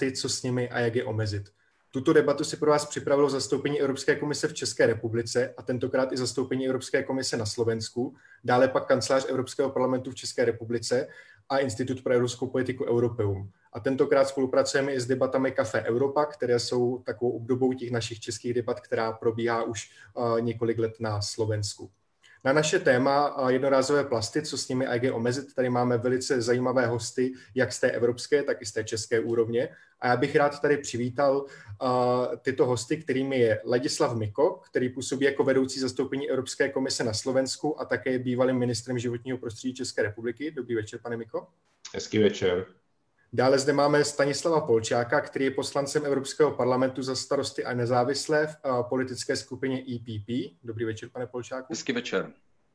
plasty, co s nimi a jak je omezit. Tuto debatu si pro vás připravilo zastoupení Evropské komise v České republice a tentokrát i zastoupení Evropské komise na Slovensku, dále pak kancelář Evropského parlamentu v České republice a Institut pro evropskou politiku Europeum. A tentokrát spolupracujeme i s debatami Café Europa, které jsou takovou obdobou těch našich českých debat, která probíhá už několik let na Slovensku. Na naše téma jednorázové plasty, co s nimi a jak je omezit, tady máme velice zajímavé hosty, jak z té evropské, tak i z té české úrovně. A já bych rád tady přivítal tyto hosty, kterými je Ladislav Miko, který působí jako vedoucí zastoupení Evropské komise na Slovensku a také je bývalým ministrem životního prostředí České republiky. Dobrý večer, pane Miko. Hezký večer. Dále zde máme Stanislava Polčáka, který je poslancem Evropského parlamentu za Starosty a nezávislé v politické skupině EPP. Dobrý večer, pane Polčáku. Hezký večer.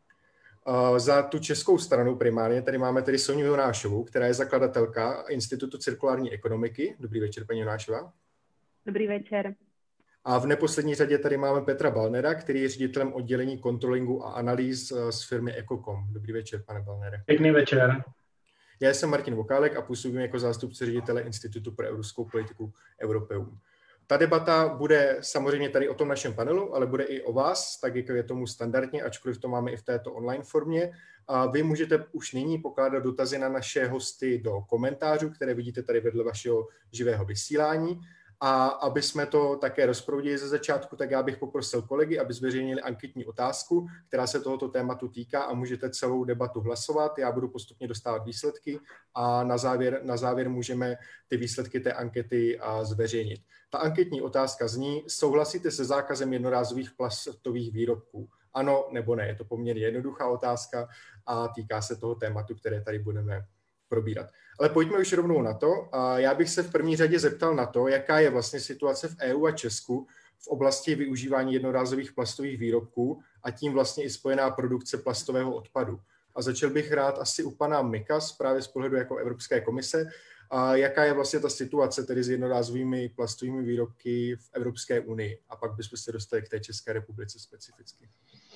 Za tu českou stranu primárně tady máme tedy Soňu Jonášovou, která je zakladatelka Institutu cirkulární ekonomiky. Dobrý večer, paní Jonášová. Dobrý večer. A v neposlední řadě tady máme Petra Balnera, který je ředitelem oddělení kontrolingu a analýz z firmy Ecocom. Dobrý večer, pane Balnere. Pěkný večer. Já jsem Martin Vokálek a působím jako zástupce ředitele Institutu pro evropskou politiku Europeum. Ta debata bude samozřejmě tady o tom našem panelu, ale bude i o vás, tak jak je tomu standardně, ačkoliv to máme i v této online formě. A vy můžete už nyní pokládat dotazy na naše hosty do komentářů, které vidíte tady vedle vašeho živého vysílání. A aby jsme to také rozproudili ze začátku, tak já bych poprosil kolegy, aby zveřejnili anketní otázku, která se tohoto tématu týká a můžete celou debatu hlasovat. Já budu postupně dostávat výsledky a na závěr můžeme ty výsledky té ankety zveřejnit. Ta anketní otázka zní: souhlasíte se zákazem jednorázových plastových výrobků? Ano nebo ne? Je to poměrně jednoduchá otázka a týká se toho tématu, které tady budeme probírat. Ale pojďme už rovnou na to. Já bych se v první řadě zeptal na to, jaká je vlastně situace v EU a Česku v oblasti využívání jednorázových plastových výrobků a tím vlastně i spojená produkce plastového odpadu. A začal bych rád asi u pana Mika právě z pohledu jako Evropské komise. Jaká je vlastně ta situace tedy s jednorázovými plastovými výrobky v Evropské unii? A pak bychom se dostali k té České republice specificky.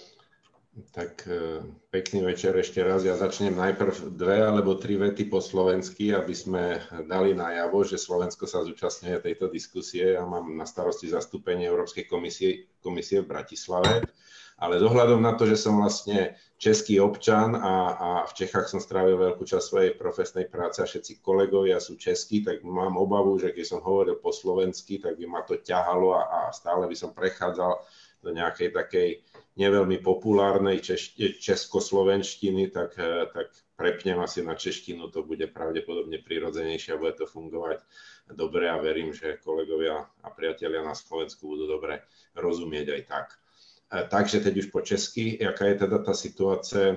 Tak pekný večer ešte raz. Ja začnem najprv 2 alebo 3 vety po slovensky, aby sme dali najavo, že Slovensko sa zúčastňuje tejto diskusie. Ja mám na starosti zastúpenie Európskej komisie v Bratislave, ale s ohľadom na to, že som vlastne český občan a v Čechách som strávil veľkú časť svojej profesnej práce a všetci kolegovia sú českí, tak mám obavu, že keď som hovoril po slovensky, tak by ma to ťahalo a stále by som prechádzal do nejakej takej neveľmi populárnej českoslovenštiny, tak prepnem asi na češtinu, to bude pravdepodobne prirodzenejšie a bude to fungovať dobre a verím, že kolegovia a priatelia na Slovensku budú dobre rozumieť aj tak. Takže teď už po česky, jaká je teda ta situace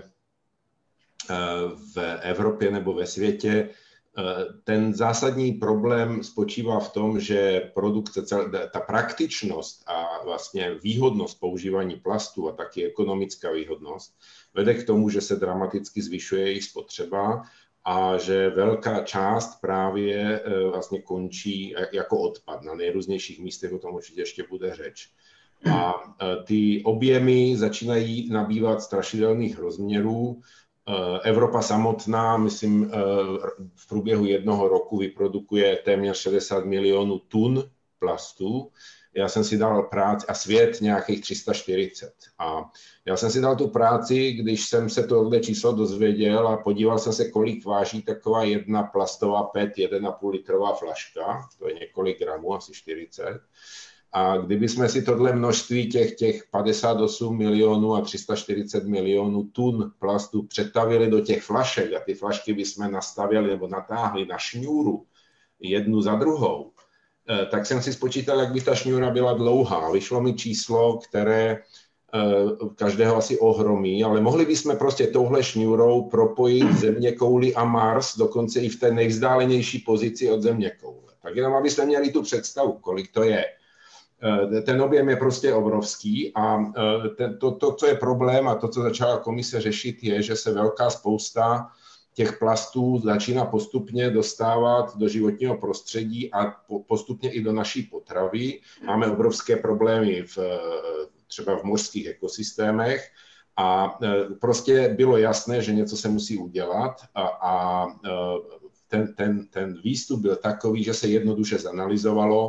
v Evropě nebo ve světě. Ten zásadní problém spočívá v tom, že ta praktičnost a vlastně výhodnost používání plastu a taky ekonomická výhodnost vede k tomu, že se dramaticky zvyšuje jejich spotřeba a že velká část právě vlastně končí jako odpad. Na nejrůznějších místech o tom určitě ještě bude řeč. A ty objemy začínají nabývat strašidelných rozměrů. Evropa samotná, myslím, v průběhu 1 roku vyprodukuje téměř 60 milionů tun plastu. Já jsem si dal práci, a svět nějakých 340. A já jsem si dal tu práci, když jsem se tohle číslo dozvěděl a podíval jsem se, kolik váží taková jedna plastová PET 1,5 litrová flaška, to je několik gramů, asi 40. A kdyby jsme si tohle množství těch 58 milionů a 340 milionů tun plastu přetavili do těch flašek a ty flašky bychom nastavili nebo natáhli na šňůru jednu za druhou, tak jsem si spočítal, jak by ta šňůra byla dlouhá. Vyšlo mi číslo, které každého asi ohromí, ale mohli bychom prostě touhle šňůrou propojit Zeměkouli a Mars, dokonce i v té nejvzdálenější pozici od Zeměkoule. Tak jenom abyste měli tu představu, kolik to je. Ten objem je prostě obrovský a to, co je problém a to, co začala komise řešit, je, že se velká spousta těch plastů začíná postupně dostávat do životního prostředí a postupně i do naší potravy. Máme obrovské problémy třeba v mořských ekosystémech a prostě bylo jasné, že něco se musí udělat a ten výstup byl takový, že se jednoduše zanalyzovalo,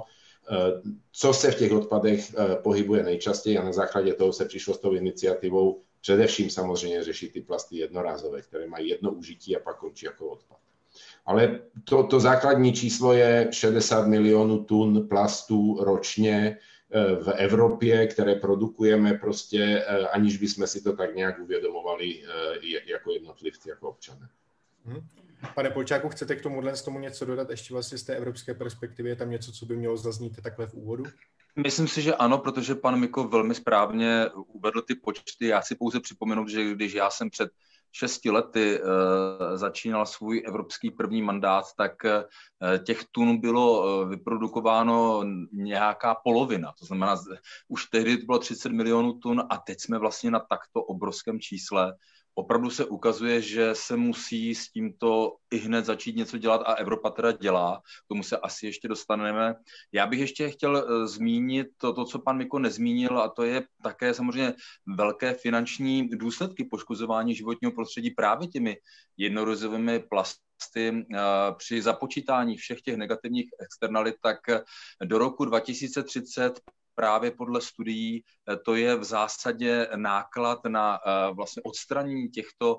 co se v těch odpadech pohybuje nejčastěji a na základě toho se přišlo s tou iniciativou především samozřejmě řešit ty plasty jednorázové, které mají jedno užití a pak končí jako odpad. Ale to základní číslo je 60 milionů tun plastů ročně v Evropě, které produkujeme prostě, aniž bychom si to tak nějak uvědomovali jako jednotlivci, jako občané. Pane Polčáku, chcete k tomu něco dodat ještě vlastně z té evropské perspektivy? Je tam něco, co by mělo zaznít takhle v úvodu? Myslím si, že ano, protože pan Miko velmi správně uvedl ty počty. Já si pouze připomenu, že když já jsem před 6 lety začínal svůj evropský první mandát, tak těch tun bylo vyprodukováno nějaká polovina. To znamená, už tehdy to bylo 30 milionů tun a teď jsme vlastně na takto obrovském čísle. Opravdu se ukazuje, že se musí s tímto i hned začít něco dělat a Evropa teda dělá. K tomu se asi ještě dostaneme. Já bych ještě chtěl zmínit to, co pan Miko nezmínil, a to je také samozřejmě velké finanční důsledky poškozování životního prostředí právě těmi jednorázovými plasty. Při započítání všech těch negativních externalit, tak do roku 2030 právě podle studií to je v zásadě náklad na vlastně odstranění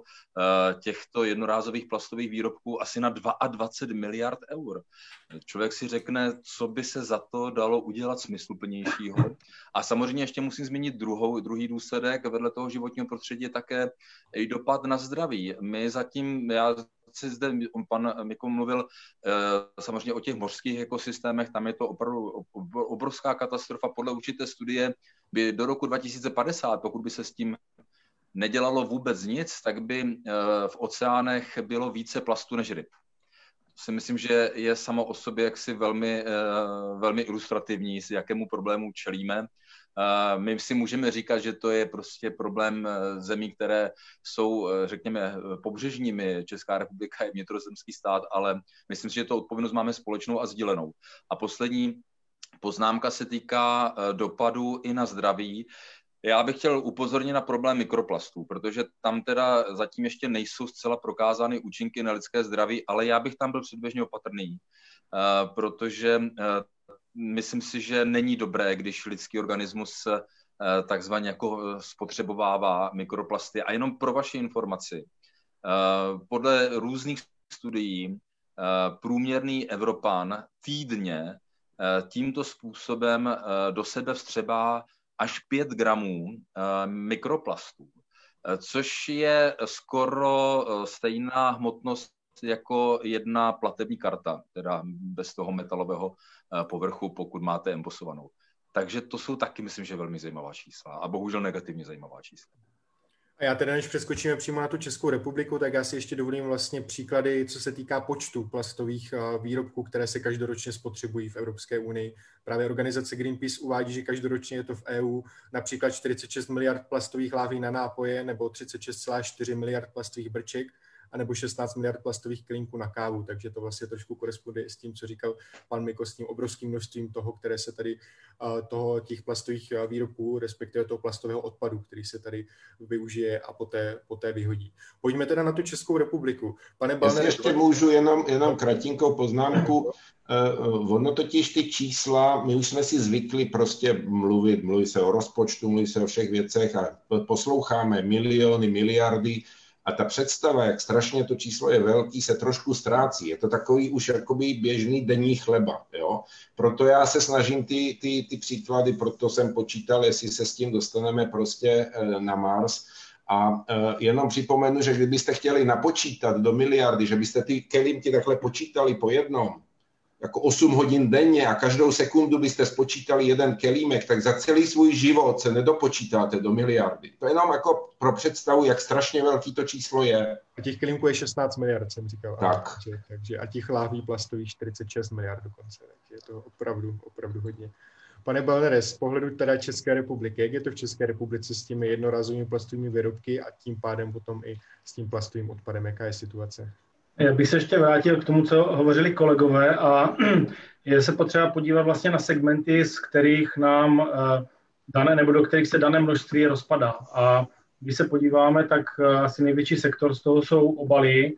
těchto jednorázových plastových výrobků asi na 22 miliard eur. Člověk si řekne, co by se za to dalo udělat smysluplnějšího. A samozřejmě ještě musím zmínit druhý důsledek vedle toho životního prostředí je také i dopad na zdraví. My zatím, zde pan Miko mluvil samozřejmě o těch mořských ekosystémech, tam je to opravdu obrovská katastrofa. Podle určité studie by do roku 2050, pokud by se s tím nedělalo vůbec nic, tak by v oceánech bylo více plastu než ryb. To si myslím, že je samo o sobě jaksi velmi, velmi ilustrativní, s jakému problému čelíme. My si můžeme říkat, že to je prostě problém zemí, které jsou, řekněme, pobřežními. Česká republika je vnitrozemský stát, ale myslím si, že to odpovědnost máme společnou a sdílenou. A poslední poznámka se týká dopadu i na zdraví. Já bych chtěl upozornit na problém mikroplastů, protože tam teda zatím ještě nejsou zcela prokázány účinky na lidské zdraví, ale já bych tam byl předběžně opatrný, protože myslím si, že není dobré, když lidský organismus takzvaně jako spotřebovává mikroplasty. A jenom pro vaši informaci, podle různých studií průměrný Evropan týdně tímto způsobem do sebe vstřebá až 5 gramů mikroplastů, což je skoro stejná hmotnost jako jedna platební karta, teda bez toho metalového povrchu, pokud máte embosovanou. Takže to jsou taky, myslím, že velmi zajímavá čísla a bohužel negativně zajímavá čísla. A já teda, než přeskočíme přímo na tu Českou republiku, tak já si ještě dovolím vlastně příklady, co se týká počtu plastových výrobků, které se každoročně spotřebují v Evropské unii. Právě organizace Greenpeace uvádí, že každoročně je to v EU například 46 miliard plastových láhví na nápoje nebo 36,4 miliard plastových brček, anebo 16 miliard plastových klínků na kávu, takže to vlastně trošku koresponduje s tím, co říkal pan Miko, s tím obrovským množstvím toho, které se tady, těch plastových výrobků, respektive toho plastového odpadu, který se tady využije a poté vyhodí. Pojďme teda na tu Českou republiku. Pane Ballnere, ještě můžu jenom kratinkou poznámku. Ono totiž ty čísla, my už jsme si zvykli prostě mluví se o rozpočtu, mluví se o všech věcech a posloucháme miliony, miliardy. A ta představa, jak strašně to číslo je velký, se trošku ztrácí. Je to takový už jakoby běžný denní chleba. Jo? Proto já se snažím ty příklady, proto jsem počítal, jestli se s tím dostaneme prostě na Mars. A jenom připomenu, že kdybyste chtěli napočítat do miliardy, že byste ty kelímky takhle počítali po jednom, jako 8 hodin denně a každou sekundu byste spočítali jeden kelímek, tak za celý svůj život se nedopočítáte do miliardy. To je jenom jako pro představu, jak strašně velký to číslo je. A těch kelímků je 16 miliard, jsem říkal. Tak. Takže a těch láhví plastových 46 miliard dokonce. Takže je to opravdu hodně. Pane Ballnere, z pohledu teda České republiky, jak je to v České republice s těmi jednorázovými plastovými výrobky a tím pádem potom i s tím plastovým odpadem, jaká je situace? Já bych se ještě vrátil k tomu, co hovořili kolegové a je se potřeba podívat vlastně na segmenty, z kterých nám dané nebo do kterých se dané množství rozpadá. A když se podíváme, tak asi největší sektor z toho jsou obaly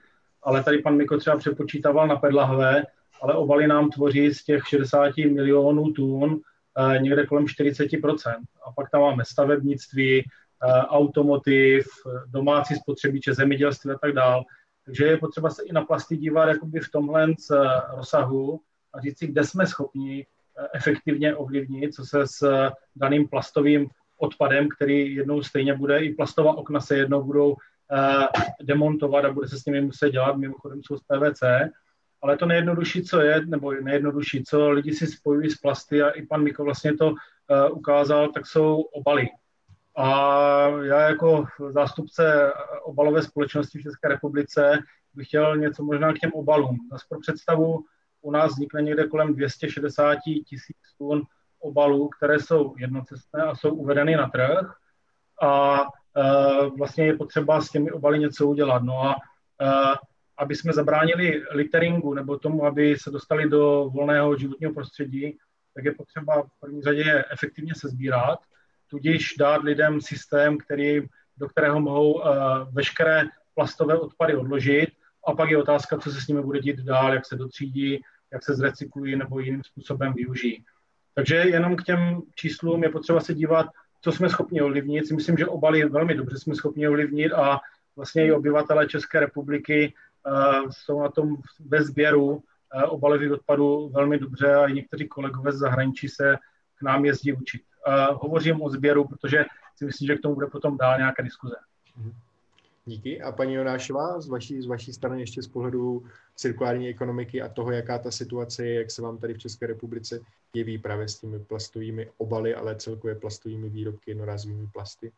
ale tady pan Miko třeba přepočítával na PET lahve, ale obaly nám tvoří z těch 60 milionů tun někde kolem 40%. A pak tam máme stavebnictví, automotiv, domácí spotřebiče, zemědělství a tak dále. Takže je potřeba se i na plasty dívat jakoby v tomhle rozsahu a říct si, kde jsme schopni efektivně ovlivnit, co se s daným plastovým odpadem, který jednou stejně bude, i plastová okna se jednou budou demontovat a bude se s nimi muset dělat, mimochodem jsou z PVC, ale to nejjednodušší, co je, nebo nejjednodušší, co lidi si spojují s plasty a i pan Miko vlastně to ukázal, tak jsou obaly. A já jako zástupce obalové společnosti v České republice bych chtěl něco možná k těm obalům. Pro představu, u nás vznikne někde kolem 260 000 tun obalů, které jsou jednocestné a jsou uvedeny na trh. A vlastně je potřeba s těmi obaly něco udělat. No a aby jsme zabránili litteringu nebo tomu, aby se dostali do volného životního prostředí, tak je potřeba v první řadě efektivně sesbírat, tudíž dát lidem systém, do kterého mohou veškeré plastové odpady odložit, a pak je otázka, co se s nimi bude dít dál, jak se dotřídí, jak se zrecyklují nebo jiným způsobem využijí. Takže jenom k těm číslům je potřeba se dívat, co jsme schopni ovlivnit. Myslím, že obaly velmi dobře jsme schopni ovlivnit a vlastně i obyvatelé České republiky jsou na tom ve sběru obalových odpadů velmi dobře a i někteří kolegové z zahraničí se k nám jezdí učit. Hovořím o sběru, protože si myslím, že k tomu bude potom dál nějaká diskuze. Díky. A paní Jonášová, z vaší strany ještě z pohledu cirkulární ekonomiky a toho, jaká ta situace je, jak se vám tady v České republice jeví právě s těmi plastovými obaly, ale celkově plastovými výrobky, jednorázovými plasty?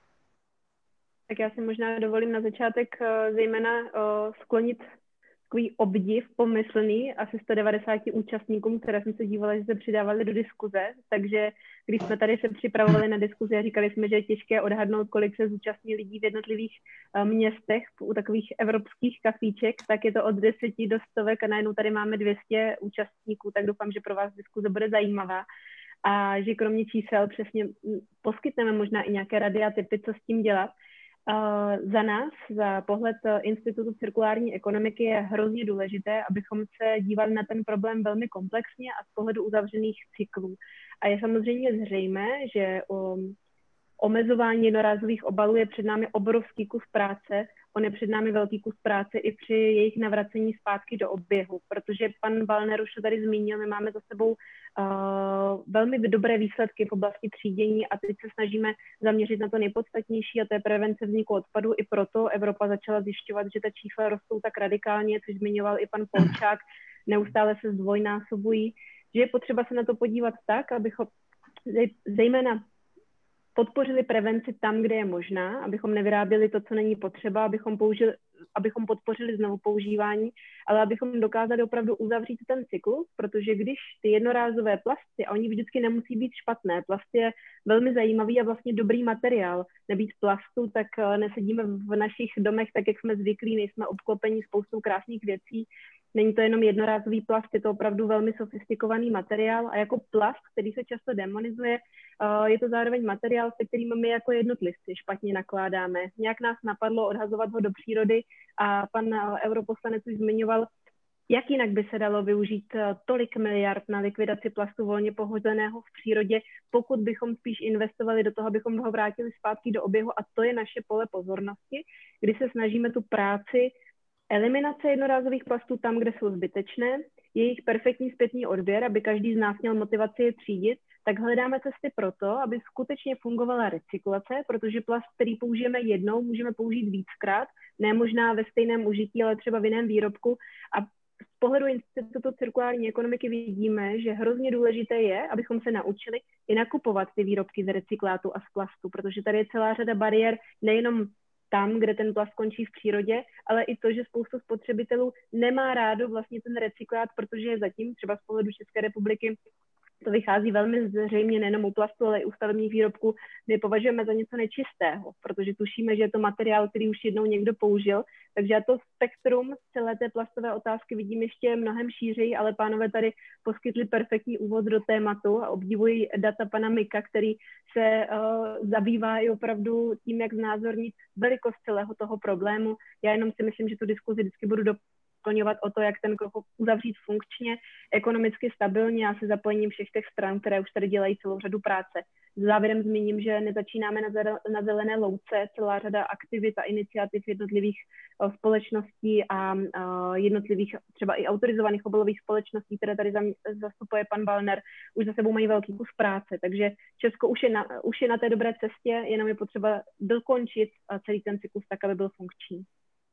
Tak já si možná dovolím na začátek zejména sklonit takový obdiv pomyslný asi 190 účastníkům, které jsem se dívala, že se přidávali do diskuze. Takže když jsme tady se připravovali na diskuzi a říkali jsme, že je těžké odhadnout, kolik se zúčastní lidí v jednotlivých městech u takových evropských kafíček, tak je to od 10 do 100 a najednou tady máme 200 účastníků, tak doufám, že pro vás diskuze bude zajímavá. A že kromě čísel přesně poskytneme možná i nějaké rady a tipy, co s tím dělat. Za nás, za pohled Institutu cirkulární ekonomiky je hrozně důležité, abychom se dívali na ten problém velmi komplexně a z pohledu uzavřených cyklů. A je samozřejmě zřejmé, že omezování jednorázových obalů je před námi obrovský kus práce. On je před námi velký kus práce i při jejich navracení zpátky do oběhu, protože pan Ballner už to tady zmínil, my máme za sebou velmi dobré výsledky v oblasti třídění a teď se snažíme zaměřit na to nejpodstatnější, a to je prevence vzniku odpadu. I proto Evropa začala zjišťovat, že ta čísla rostou tak radikálně, což zmiňoval i pan Polčák, neustále se zdvojnásobují, že je potřeba se na to podívat tak, abychom zejména podpořili prevenci tam, kde je možná, abychom nevyráběli to, co není potřeba, abychom podpořili znovu používání, ale abychom dokázali opravdu uzavřít ten cyklus, protože když ty jednorázové plasty, a oni vždycky nemusí být špatné, plast je velmi zajímavý a vlastně dobrý materiál. Nebýt plastu, tak nesedíme v našich domech tak, jak jsme zvyklí, nejsme obklopeni spoustou krásných věcí. Není to jenom jednorázový plast, je to opravdu velmi sofistikovaný materiál a jako plast, který se často demonizuje, je to zároveň materiál, se kterým my jako jednotlivci špatně nakládáme. Nějak nás napadlo odhazovat ho do přírody a pan europoslanec už zmiňoval, jak jinak by se dalo využít tolik miliard na likvidaci plastu volně pohozeného v přírodě, pokud bychom spíš investovali do toho, abychom ho vrátili zpátky do oběhu, a to je naše pole pozornosti, kdy se snažíme tu práci eliminace jednorázových plastů tam, kde jsou zbytečné, jejich perfektní zpětný odběr, aby každý z nás měl motivaci je třídit, tak hledáme cesty pro to, aby skutečně fungovala recyklace, protože plast, který použijeme jednou, můžeme použít víckrát, ne možná ve stejném užití, ale třeba v jiném výrobku. A z pohledu Institutu cirkulární ekonomiky vidíme, že hrozně důležité je, abychom se naučili i nakupovat ty výrobky z recyklátu a z plastu, protože tady je celá řada bariér, nejenom tam, kde ten plast končí v přírodě, ale i to, že spoustu spotřebitelů nemá rádo vlastně ten recyklát, protože je zatím třeba z pohledu České republiky to vychází velmi zřejmě nejenom u plastu, ale i u stavebních výrobků, my považujeme za něco nečistého, protože tušíme, že je to materiál, který už jednou někdo použil. Takže já to spektrum celé té plastové otázky vidím ještě mnohem šířeji, ale pánové tady poskytli perfektní úvod do tématu a obdivuji data pana Mika, který se zabývá i opravdu tím, jak znázornit velikost celého toho problému. Já jenom si myslím, že tu diskuzi vždycky budu doplňovat o to, jak ten krok uzavřít funkčně, ekonomicky stabilně a se zapojením všech těch stran, které už tady dělají celou řadu práce. Závěrem zmíním, že nezačínáme na zelené louce, celá řada aktivit a iniciativ jednotlivých společností a jednotlivých třeba i autorizovaných obalových společností, které tady zastupuje pan Ballner, už za sebou mají velký kus práce. Takže Česko už je na té dobré cestě, jenom je potřeba dokončit celý ten cyklus tak, aby byl funkční.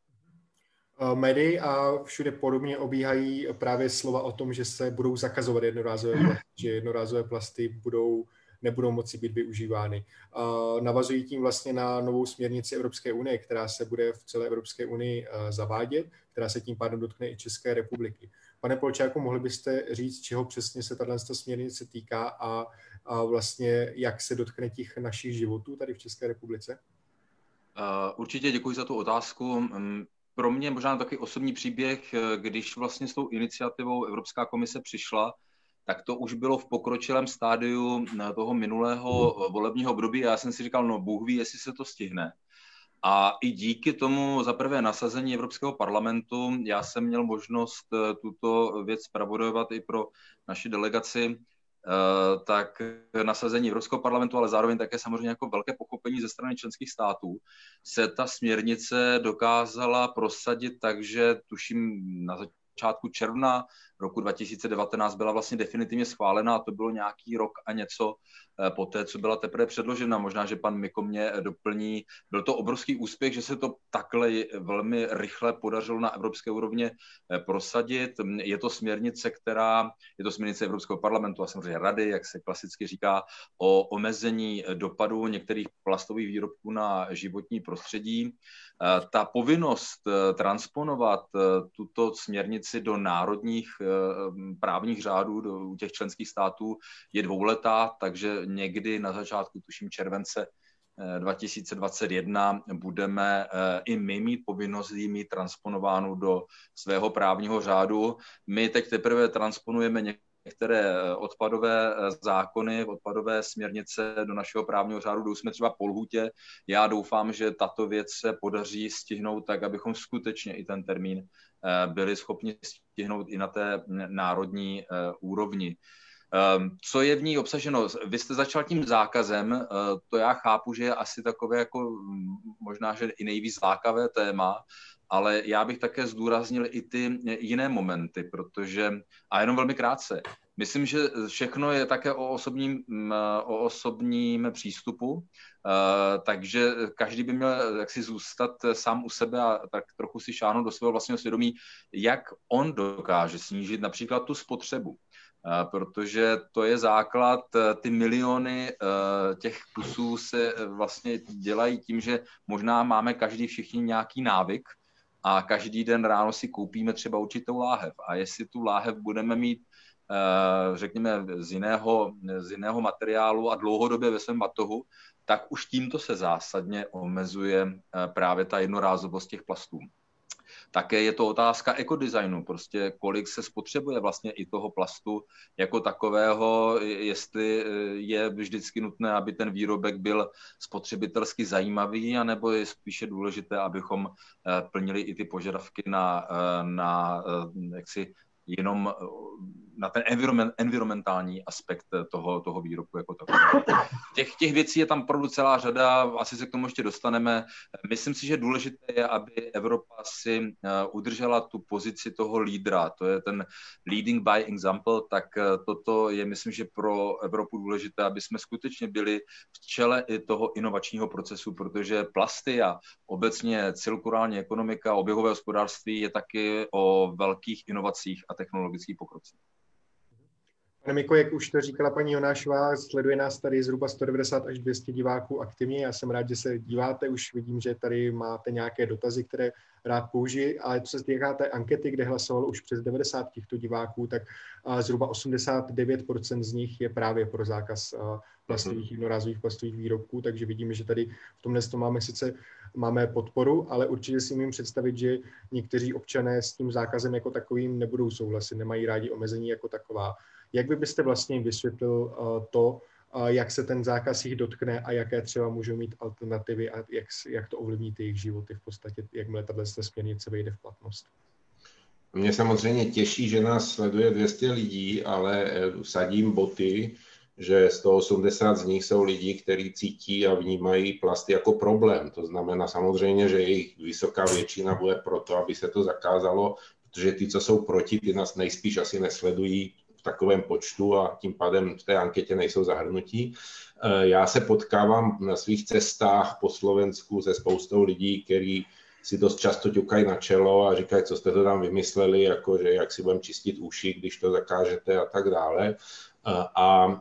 Médii a všude podobně obíhají právě slova o tom, že se budou zakazovat jednorázové plasty, že jednorázové plasty nebudou moci být využívány. Navazují tím vlastně na novou směrnici Evropské unie, která se bude v celé Evropské unii zavádět, která se tím pádem dotkne i České republiky. Pane Polčáku, mohli byste říct, čeho přesně se tato směrnice týká a vlastně jak se dotkne těch našich životů tady v České republice? Určitě děkuji za tu otázku. Pro mě možná taky osobní příběh, když vlastně s tou iniciativou Evropská komise přišla, tak to už bylo v pokročilém stádiu toho minulého volebního období a já jsem si říkal, no Bůh ví, jestli se to stihne. A i díky tomu za prvé nasazení Evropského parlamentu já jsem měl možnost tuto věc zpravodajovat i pro naši delegaci, tak nasazení Evropského parlamentu, ale zároveň také samozřejmě jako velké pochopení ze strany členských států, se ta směrnice dokázala prosadit, takže tuším na začátku června roku 2019 byla vlastně definitivně schválena a to bylo nějaký rok a něco poté, co byla teprve předložena. Možná, že pan Miko mě doplní. Byl to obrovský úspěch, že se to takhle velmi rychle podařilo na evropské úrovni prosadit. Je to směrnice Evropského parlamentu a samozřejmě Rady, jak se klasicky říká, o omezení dopadu některých plastových výrobků na životní prostředí. Ta povinnost transponovat tuto směrnici do národních právních řádů u těch členských států je dvouletá, takže někdy na začátku, tuším července 2021, budeme i my mít povinnost jí mít transponovánu do svého právního řádu. My teď teprve transponujeme některé odpadové zákony, odpadové směrnice do našeho právního řádu, kde jsme třeba po lhůtě. Já doufám, že tato věc se podaří stihnout tak, abychom skutečně i ten termín byli schopni stihnout i na té národní úrovni. Co je v ní obsaženo? Vy jste začal tím zákazem, to já chápu, že je asi takové jako možná, že i nejvíc lákavé téma, ale já bych také zdůraznil i ty jiné momenty, protože, a jenom velmi krátce, myslím, že všechno je také o osobním přístupu, takže každý by měl jaksi zůstat sám u sebe a tak trochu si šáhnout do svého vlastního svědomí, jak on dokáže snížit například tu spotřebu. Protože to je základ, ty miliony těch kusů se vlastně dělají tím, že možná máme všichni nějaký návyk a každý den ráno si koupíme třeba určitou láhev a jestli tu láhev budeme mít řekněme z jiného materiálu a dlouhodobě ve svém batohu, tak už tímto se zásadně omezuje právě ta jednorázovost těch plastů. Také je to otázka ekodesignu, prostě kolik se spotřebuje vlastně i toho plastu jako takového, jestli je vždycky nutné, aby ten výrobek byl spotřebitelsky zajímavý, anebo je spíše důležité, abychom plnili i ty požadavky na jaksi jenom na ten environmentální aspekt toho výrobku jako takového. Těch věcí je tam opravdu celá řada, asi se k tomu ještě dostaneme. Myslím si, že důležité je, aby Evropa si udržela tu pozici toho lídra, to je ten leading by example, tak toto je, myslím, že pro Evropu důležité, aby jsme skutečně byli v čele i toho inovačního procesu, protože plasty a obecně cirkulární ekonomika, oběhové hospodářství je taky o velkých inovacích a technologických pokrocích. Pane Miko, jak už to říkala paní Jonášová, sleduje nás tady zhruba 190 až 200 diváků aktivně. Já jsem rád, že se díváte, už vidím, že tady máte nějaké dotazy, které rád použiji, ale co se týká té ankety, kde hlasovalo už přes 90 těchto diváků, tak zhruba 89% z nich je právě pro zákaz plastových, jednorázových plastových výrobků, takže vidíme, že tady v tomhle máme podporu, ale určitě si umím představit, že někteří občané s tím zákazem jako takovým nebudou souhlasit, nemají rádi omezení jako taková. Jak byste vlastně vysvětlil to, jak se ten zákaz jich dotkne a jaké třeba můžou mít alternativy a jak to ovlivní jejich životy v podstatě, jakmile tato směrnice vejde v platnost? Mě samozřejmě těší, že nás sleduje 200 lidí, ale sadím boty, že 180 z nich jsou lidi, kteří cítí a vnímají plasty jako problém. To znamená samozřejmě, že jejich vysoká většina bude proto, aby se to zakázalo, protože ty, co jsou proti, ty nás nejspíš asi nesledují v takovém počtu a tím pádem v té anketě nejsou zahrnutí. Já se potkávám na svých cestách po Slovensku se spoustou lidí, kteří si dost často ťukají na čelo a říkají, co jste to tam vymysleli, jakože jak si budeme čistit uši, když to zakážete a tak dále. A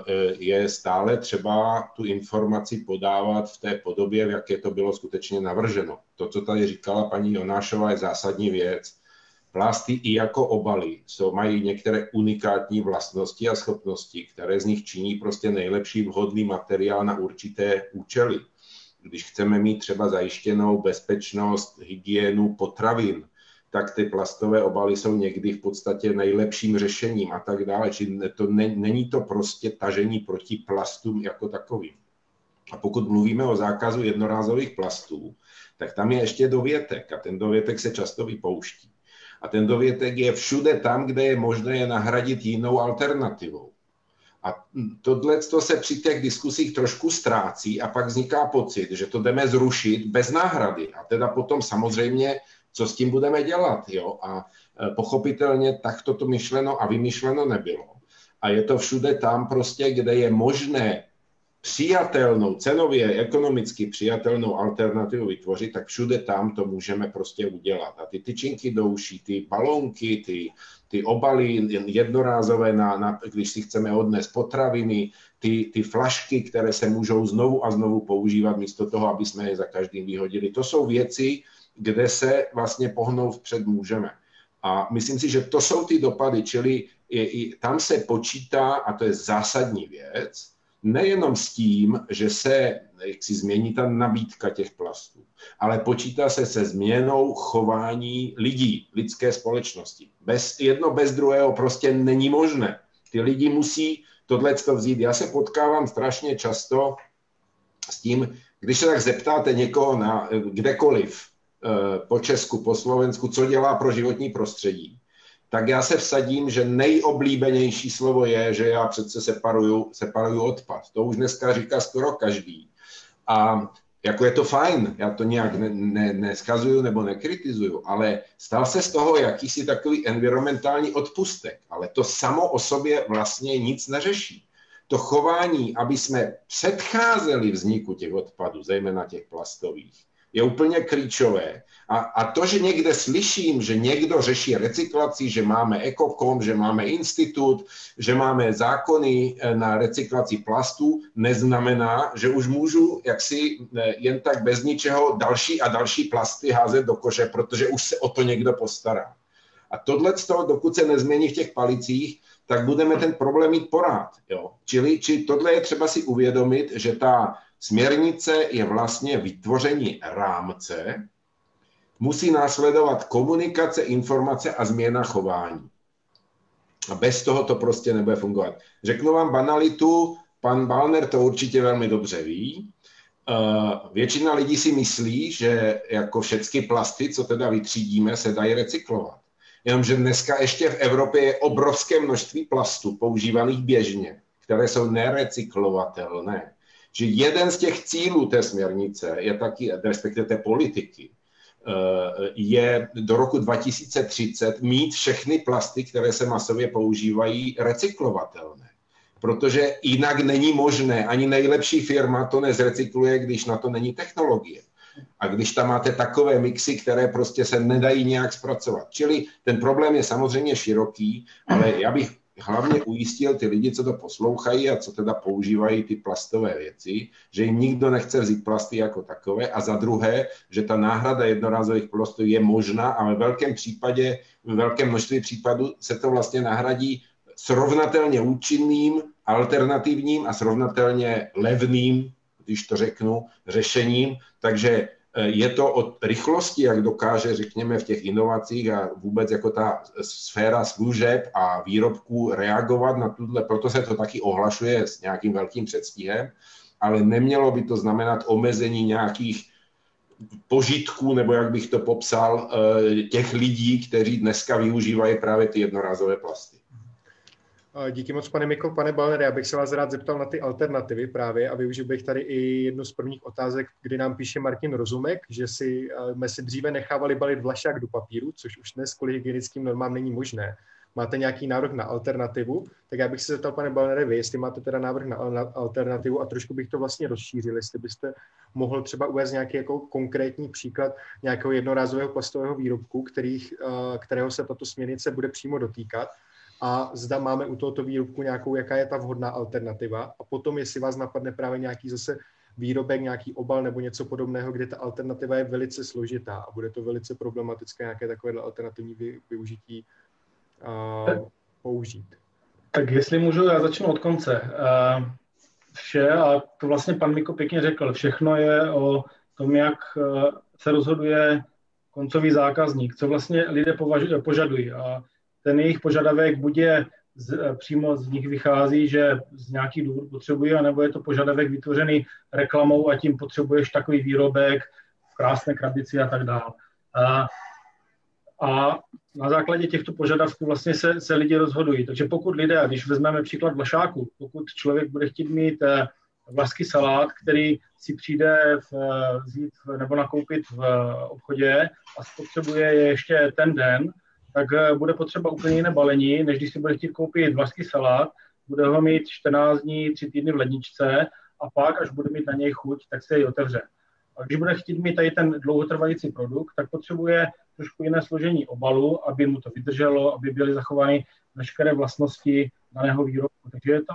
je stále třeba tu informaci podávat v té podobě, v jaké to bylo skutečně navrženo. To, co tady říkala paní Jonášová, je zásadní věc. Plasty i jako obaly mají některé unikátní vlastnosti a schopnosti, které z nich činí prostě nejlepší vhodný materiál na určité účely. Když chceme mít třeba zajištěnou bezpečnost, hygienu potravin, tak ty plastové obaly jsou někdy v podstatě nejlepším řešením a tak dále. Čili není to prostě tažení proti plastům jako takovým. A pokud mluvíme o zákazu jednorázových plastů, tak tam je ještě dovětek a ten dovětek se často vypouští. A ten dovětek je všude tam, kde je možné je nahradit jinou alternativou. A tohle se při těch diskusích trošku ztrácí a pak vzniká pocit, že to jdeme zrušit bez náhrady. A teda potom samozřejmě, co s tím budeme dělat. Jo? A pochopitelně takto to myšleno a vymyšleno nebylo. A je to všude tam prostě, kde je možné přijatelnou, cenově, ekonomicky přijatelnou alternativu vytvořit, tak všude tam to můžeme prostě udělat. A ty tyčinky do uší, ty balónky, ty obaly jednorázové, když si chceme odnést potraviny, ty flašky, které se můžou znovu a znovu používat místo toho, aby jsme je za každým vyhodili. To jsou věci, kde se vlastně pohnout vpřed můžeme. A myslím si, že to jsou ty dopady, čili tam se počítá, a to je zásadní věc, nejenom s tím, že se změní ta nabídka těch plastů, ale počítá se změnou chování lidí, lidské společnosti. Jedno bez druhého prostě není možné. Ty lidi musí tohleto vzít. Já se potkávám strašně často s tím, když se tak zeptáte někoho kdekoliv po Česku, po Slovensku, co dělá pro životní prostředí, tak já se vsadím, že nejoblíbenější slovo je, že já přece separuju odpad. To už dneska říká skoro každý. A jako je to fajn, já to nějak neskazuju nebo nekritizuju, ale stal se z toho jakýsi takový environmentální odpustek. Ale to samo o sobě vlastně nic neřeší. To chování, aby jsme předcházeli vzniku těch odpadů, zejména těch plastových, je úplně klíčové. A to, že někde slyším, že někdo řeší recyklaci, že máme Ekokom, že máme institut, že máme zákony na recyklaci plastů, neznamená, že už můžu jaksi jen tak bez ničeho další a další plasty házet do koše, protože už se o to někdo postará. A tohleto, dokud se nezmění v těch palicích, tak budeme ten problém mít pořád. Čili tohle je třeba si uvědomit, že ta směrnice je vlastně vytvoření rámce, musí následovat komunikace, informace a změna chování. A bez toho to prostě nebude fungovat. Řeknu vám banalitu, pan Ballner to určitě velmi dobře ví. Většina lidí si myslí, že jako všechny plasty, co teda vytřídíme, se dají recyklovat. Jenomže dneska ještě v Evropě je obrovské množství plastů používaných běžně, které jsou nerecyklovatelné. Že jeden z těch cílů té směrnice je taky, respektive té politiky, je do roku 2030 mít všechny plasty, které se masově používají, recyklovatelné. Protože jinak není možné, ani nejlepší firma to nezrecykluje, když na to není technologie. A když tam máte takové mixy, které prostě se nedají nějak zpracovat. Čili ten problém je samozřejmě široký, ale hlavně ujistil ty lidi, co to poslouchají a co teda používají ty plastové věci, že jim nikdo nechce vzít plasty jako takové a za druhé, že ta náhrada jednorázových plastů je možná a ve velkém množství případů se to vlastně nahradí srovnatelně účinným, alternativním a srovnatelně levným, když to řeknu, řešením. Takže je to o rychlosti, jak dokáže, řekněme, v těch inovacích a vůbec jako ta sféra služeb a výrobků reagovat na tuhle, proto se to taky ohlašuje s nějakým velkým předstihem, ale nemělo by to znamenat omezení nějakých požitků, nebo jak bych to popsal, těch lidí, kteří dneska využívají právě ty jednorázové plasty. Díky moc, pane Miko. Pane Ballnere, já bych se vás rád zeptal na ty alternativy právě a využil bych tady i jednu z prvních otázek, kdy nám píše Martin Rozumek, že jsme si dříve nechávali balit vlašák do papíru, což už dnes kvůli hygienickým normám není možné. Máte nějaký návrh na alternativu? Tak já bych se zeptal, pane Ballnere, vy, jestli máte teda návrh na alternativu a trošku bych to vlastně rozšířil, jestli byste mohl třeba uvést nějaký jako konkrétní příklad nějakého jednorázového plastového výrobku, kterého se tato směrnice bude přímo dotýkat. A zda máme u tohoto výrobku nějakou, jaká je ta vhodná alternativa. A potom, jestli vás napadne právě nějaký zase výrobek, nějaký obal nebo něco podobného, kde ta alternativa je velice složitá a bude to velice problematické nějaké takové alternativní využití použít. Tak jestli můžu, já začnu od konce. Vše, a to vlastně pan Miko pěkně řekl, všechno je o tom, jak se rozhoduje koncový zákazník, co vlastně lidé požadují. A ten jejich požadavek buď je přímo z nich vychází, že z nějakých důvodů potřebují, anebo je to požadavek vytvořený reklamou a tím potřebuješ takový výrobek v krásné krabici a tak dále. A na základě těchto požadavků vlastně se lidi rozhodují. Takže pokud lidé, když vezmeme příklad vlašáku, pokud člověk bude chtít mít vlašský salát, který si přijde vzít nebo nakoupit v obchodě a spotřebuje je ještě ten den, tak bude potřeba úplně jiné balení, než když si bude chtít koupit vlašský salát, bude ho mít 14 dní, 3 týdny v ledničce a pak, až bude mít na něj chuť, tak se jej otevře. A když bude chtít mít tady ten dlouhotrvající produkt, tak potřebuje trošku jiné složení obalu, aby mu to vydrželo, aby byly zachovány veškeré vlastnosti daného výrobku. Takže je to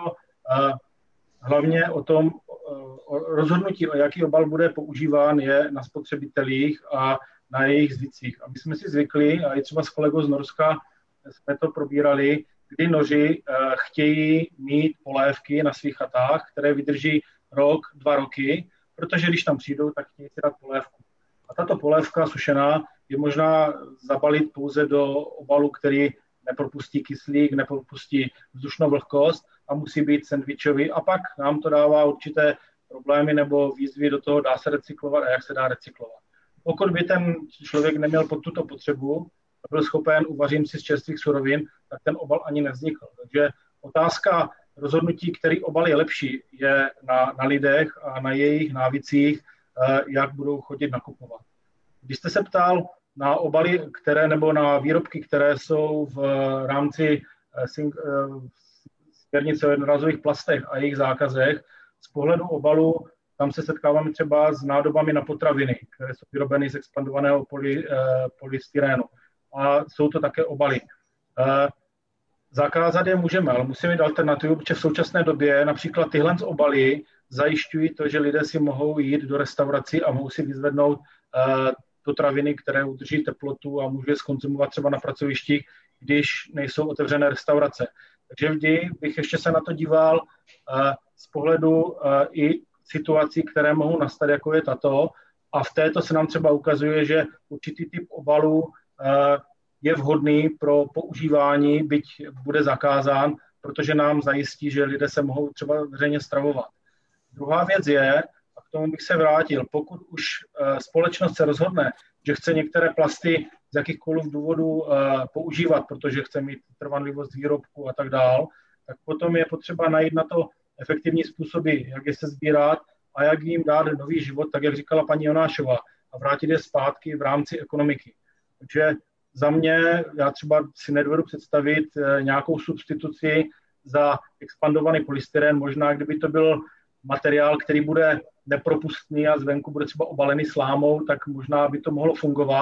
hlavně o tom, rozhodnutí, o jaký obal bude používán, je na spotřebitelích a na jejich zvycích. A my jsme si zvykli, a i třeba s kolegou z Norska jsme to probírali, kdy noři chtějí mít polévky na svých chatách, které vydrží rok, 2 roky, protože když tam přijdou, tak chtějí si dát polévku. A tato polévka sušená je možná zabalit pouze do obalu, který nepropustí kyslík, nepropustí vzdušnou vlhkost a musí být sendvičový. A pak nám to dává určité problémy nebo výzvy do toho, dá se recyklovat a jak se dá recyklovat. Pokud by ten člověk neměl pod tuto potřebu a byl schopen uvařím si z čerstvých surovin, tak ten obal ani nevznikl. Takže otázka rozhodnutí, který obal je lepší, je na lidech a na jejich návycích, jak budou chodit nakupovat. Když jste se ptal na obaly, nebo na výrobky, které jsou v rámci směrnice o jednorázových plastech a jejich zákazech, z pohledu obalu tam se setkáváme třeba s nádobami na potraviny, které jsou vyrobeny z expandovaného polystyrénu. A jsou to také obaly. Zakázat je můžeme, ale musíme mít alternativu, protože v současné době například tyhle obaly zajišťují to, že lidé si mohou jít do restaurací a mohou si vyzvednout potraviny, které udrží teplotu a můžou je zkonzumovat třeba na pracovištích, když nejsou otevřené restaurace. Takže vždy bych ještě se na to díval z pohledu i situací, které mohou nastat, jako je tato. A v této se nám třeba ukazuje, že určitý typ obalů je vhodný pro používání, byť bude zakázán, protože nám zajistí, že lidé se mohou třeba veřejně stravovat. Druhá věc je, a k tomu bych se vrátil, pokud už společnost se rozhodne, že chce některé plasty z jakýchkoliv důvodů používat, protože chce mít trvanlivost výrobku a tak dál, tak potom je potřeba najít na to efektivní způsoby, jak je se sbírat a jak jim dát nový život, tak jak říkala paní Jonášová, a vrátit je zpátky v rámci ekonomiky. Takže za mě, já třeba si nedovedu představit nějakou substituci za expandovaný polystyren, možná kdyby to byl materiál, který bude nepropustný a zvenku bude třeba obalený slámou, tak možná by to mohlo fungovat,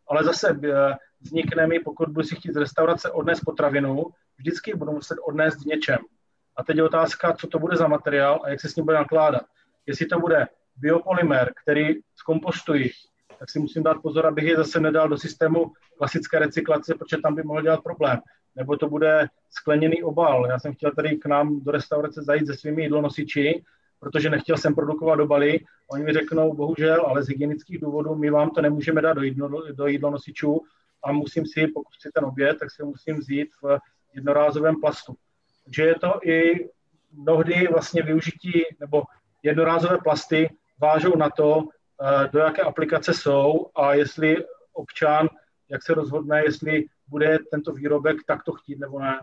ale zase vznikne mi, pokud budu si chtít z restaurace odnést potravinu, vždycky budu muset odnést v něčem. A teď je otázka, co to bude za materiál a jak se s ním bude nakládat. Jestli to bude biopolymer, který zkompostuji, tak si musím dát pozor, abych je zase nedal do systému klasické recyklace, protože tam by mohl dělat problém. Nebo to bude skleněný obal. Já jsem chtěl tady k nám do restaurace zajít se svými jídlonosiči, protože nechtěl jsem produkovat obaly. Oni mi řeknou, bohužel, ale z hygienických důvodů my vám to nemůžeme dát do jídlonosičů a musím si, pokud chci ten oběd, tak si musím vzít v jednorázovém plastu. Takže je to i mnohdy vlastně využití, nebo jednorázové plasty vážou na to, do jaké aplikace jsou a jestli občan, jak se rozhodne, jestli bude tento výrobek takto chtít nebo ne.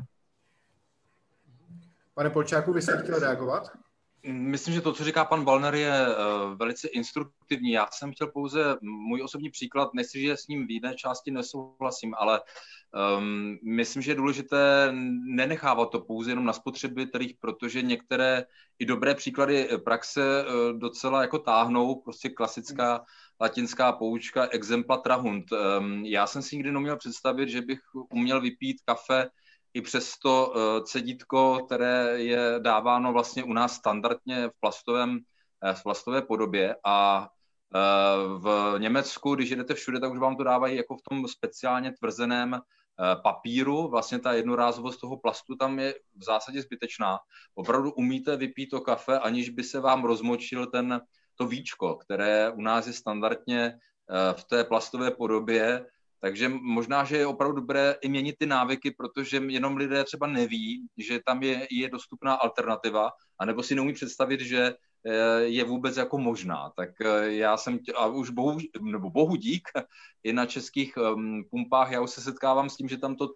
Pane Polčáku, vy jste chtěl reagovat? Myslím, že to, co říká pan Ballner, je velice instruktivní. Já jsem chtěl pouze můj osobní příklad, nechci, že s ním v jiné části nesouhlasím, ale myslím, že je důležité nenechávat to pouze jenom na spotřebitelích, protože některé i dobré příklady praxe docela jako táhnou, prostě klasická latinská poučka exempla trahunt. Já jsem si nikdy neměl představit, že bych uměl vypít kafe i přes to cedítko, které je dáváno vlastně u nás standardně v plastové podobě a v Německu, když jedete všude, tak už vám to dávají jako v tom speciálně tvrzeném papíru. Vlastně ta jednorázovost toho plastu tam je v zásadě zbytečná. Opravdu umíte vypít to kafe, aniž by se vám rozmočil to víčko, které u nás je standardně v té plastové podobě. Takže možná, že je opravdu dobré i měnit ty návyky, protože jenom lidé třeba neví, že tam je dostupná alternativa, anebo si neumí představit, že je vůbec jako možná. Tak já jsem, a už bohu dík, i na českých pumpách, já už se setkávám s tím, že tam to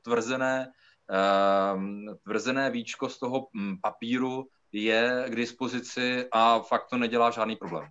tvrzené víčko z toho papíru je k dispozici a fakt to nedělá žádný problém.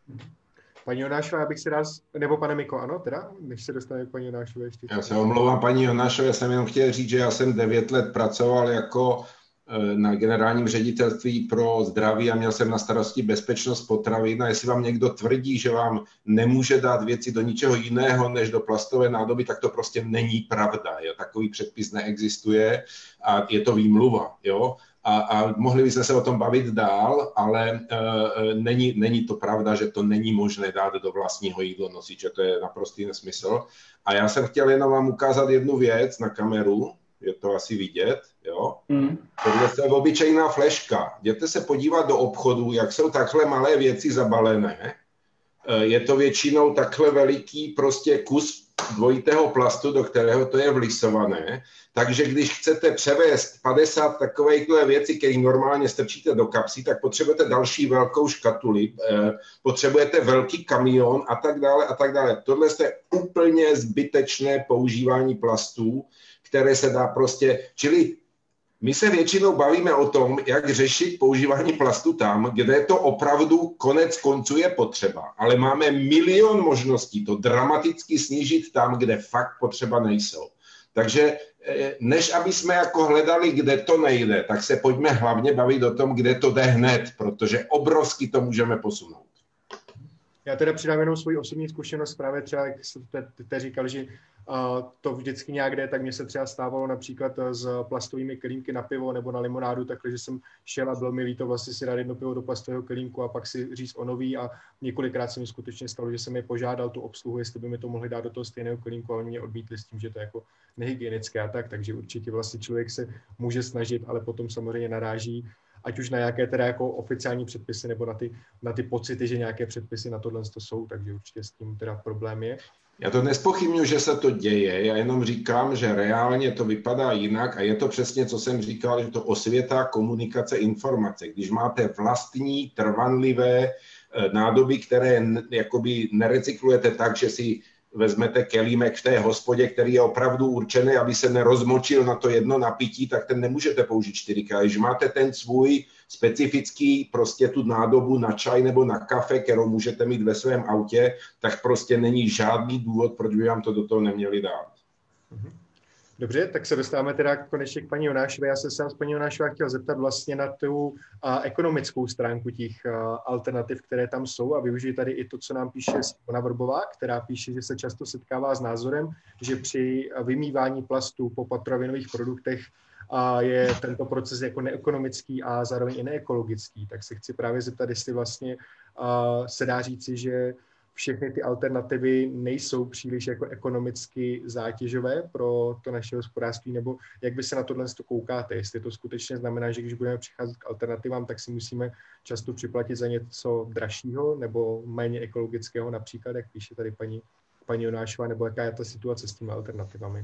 Paní Jonášová, já bych si rád, nebo pane Miko, ano, teda, než se dostaneme k paní Jonášové ještě. Já se omlouvám, paní Jonášové, jsem jenom chtěl říct, že já jsem 9 let pracoval jako na generálním ředitelství pro zdraví a měl jsem na starosti bezpečnost potravin a jestli vám někdo tvrdí, že vám nemůže dát věci do ničeho jiného než do plastové nádoby, tak to prostě není pravda. Jo? Takový předpis neexistuje a je to výmluva. Jo? A mohli bychom se o tom bavit dál, ale není to pravda, že to není možné dát do vlastního jídlonosiče, to je naprostý nesmysl. A já jsem chtěl jenom vám ukázat jednu věc na kameru, je to asi vidět, jo. Tohle je obyčejná fleška. Jděte se podívat do obchodu, jak jsou takhle malé věci zabalené. Je to většinou takhle veliký prostě kus dvojitého plastu, do kterého to je vlisované. Takže když chcete převést 50 takovýchhle věcí, které normálně strčíte do kapsy, tak potřebujete další velkou škatuli, potřebujete velký kamion a tak dále a tak dále. Tohle je úplně zbytečné používání plastů, které se dá prostě, čili my se většinou bavíme o tom, jak řešit používání plastu tam, kde to opravdu konec konců je potřeba. Ale máme milion možností to dramaticky snížit tam, kde fakt potřeba nejsou. Takže než aby jsme jako hledali, kde to nejde, tak se pojďme hlavně bavit o tom, kde to jde hned, protože obrovsky to můžeme posunout. Já teda přidám jenom svoji osobní zkušenost, právě třeba, jak jste říkal, že to vždycky nějak jde, tak mně se třeba stávalo například s plastovými kelímky na pivo nebo na limonádu, takže jsem šel a bylo mi líto vlastně si dát jedno pivo do plastového kelímku a pak si říct o nový a několikrát se mi skutečně stalo, že jsem je požádal tu obsluhu, jestli by mi to mohli dát do toho stejného kelímku a oni mě odmítli s tím, že to je jako nehygienické a tak, takže určitě vlastně člověk se může snažit, ale potom samozřejmě naráží ať už na nějaké teda jako oficiální předpisy nebo na ty pocity, že nějaké předpisy na tohle jsou, takže určitě s tím teda problém je. Já to nezpochybňuji, že se to děje, já jenom říkám, že reálně to vypadá jinak a je to přesně, co jsem říkal, že to osvěta, komunikace, informace. Když máte vlastní, trvanlivé nádoby, které jakoby nerecyklujete tak, že si vezmete kelímek v té hospodě, který je opravdu určený, aby se nerozmočil na to jedno napití, tak ten nemůžete použít 4krát. Když máte ten svůj specifický prostě tu nádobu na čaj nebo na kafe, kterou můžete mít ve svém autě, tak prostě není žádný důvod, proč by vám to do toho neměli dát. Dobře, tak se dostáváme teda konečně k paní Jonášové. Já jsem se vás, paní Jonášová, chtěl zeptat vlastně na tu ekonomickou stránku těch alternativ, které tam jsou, a využiji tady i to, co nám píše Simona Vrbová, která píše, že se často setkává s názorem, že při vymývání plastů po potravinových produktech je tento proces jako neekonomický a zároveň i neekologický. Tak se chci právě zeptat, jestli vlastně se dá říci, že všechny ty alternativy nejsou příliš jako ekonomicky zátěžové pro to naše hospodářství, nebo jak vy se na tohle koukáte? Jestli to skutečně znamená, že když budeme přicházet k alternativám, tak si musíme často připlatit za něco dražšího nebo méně ekologického, například, jak píše tady paní Jonášová, nebo jaká je ta situace s těmi alternativami?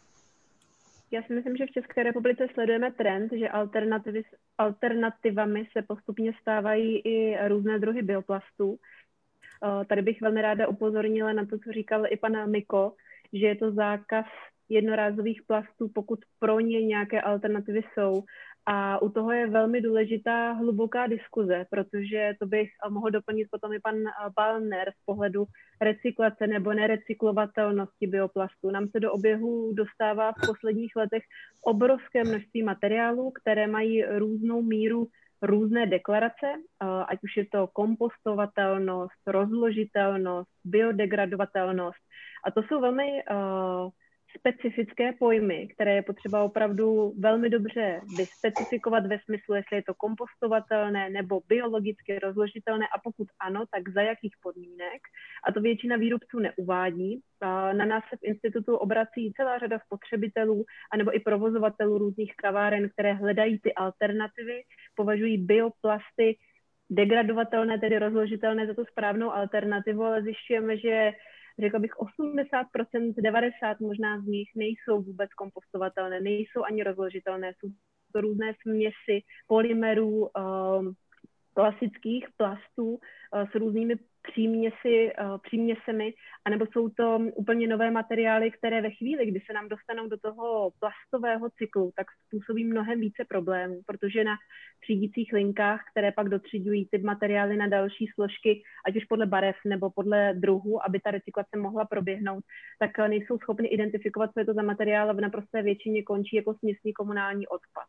Já si myslím, že v České republice sledujeme trend, že alternativami se postupně stávají i různé druhy bioplastů. Tady bych velmi ráda upozornila na to, co říkal i pan Miko, že je to zákaz jednorázových plastů, pokud pro ně nějaké alternativy jsou. A u toho je velmi důležitá hluboká diskuze, protože to bych mohl doplnit potom i pan Ballner z pohledu recyklace nebo nerecyklovatelnosti bioplastů. Nám se do oběhu dostává v posledních letech obrovské množství materiálů, které mají různou míru různé deklarace, ať už je to kompostovatelnost, rozložitelnost, biodegradovatelnost. A to jsou velmi specifické pojmy, které je potřeba opravdu velmi dobře vyspecifikovat ve smyslu, jestli je to kompostovatelné nebo biologicky rozložitelné a pokud ano, tak za jakých podmínek. A to většina výrobců neuvádí. Na nás se v institutu obrací celá řada spotřebitelů anebo i provozovatelů různých kaváren, které hledají ty alternativy, považují bioplasty degradovatelné, tedy rozložitelné za tu správnou alternativu, ale zjišťujeme, že řekla bych 80%, 90% možná z nich nejsou vůbec kompostovatelné, nejsou ani rozložitelné. Jsou to různé směsi polymerů, klasických plastů s různými příměsemi, anebo jsou to úplně nové materiály, které ve chvíli, kdy se nám dostanou do toho plastového cyklu, tak způsobí mnohem více problémů, protože na třídicích linkách, které pak dotřiďují ty materiály na další složky, ať už podle barev nebo podle druhu, aby ta recyklace mohla proběhnout, tak nejsou schopni identifikovat, co je to za materiál a v naprosté většině končí jako směsný komunální odpad.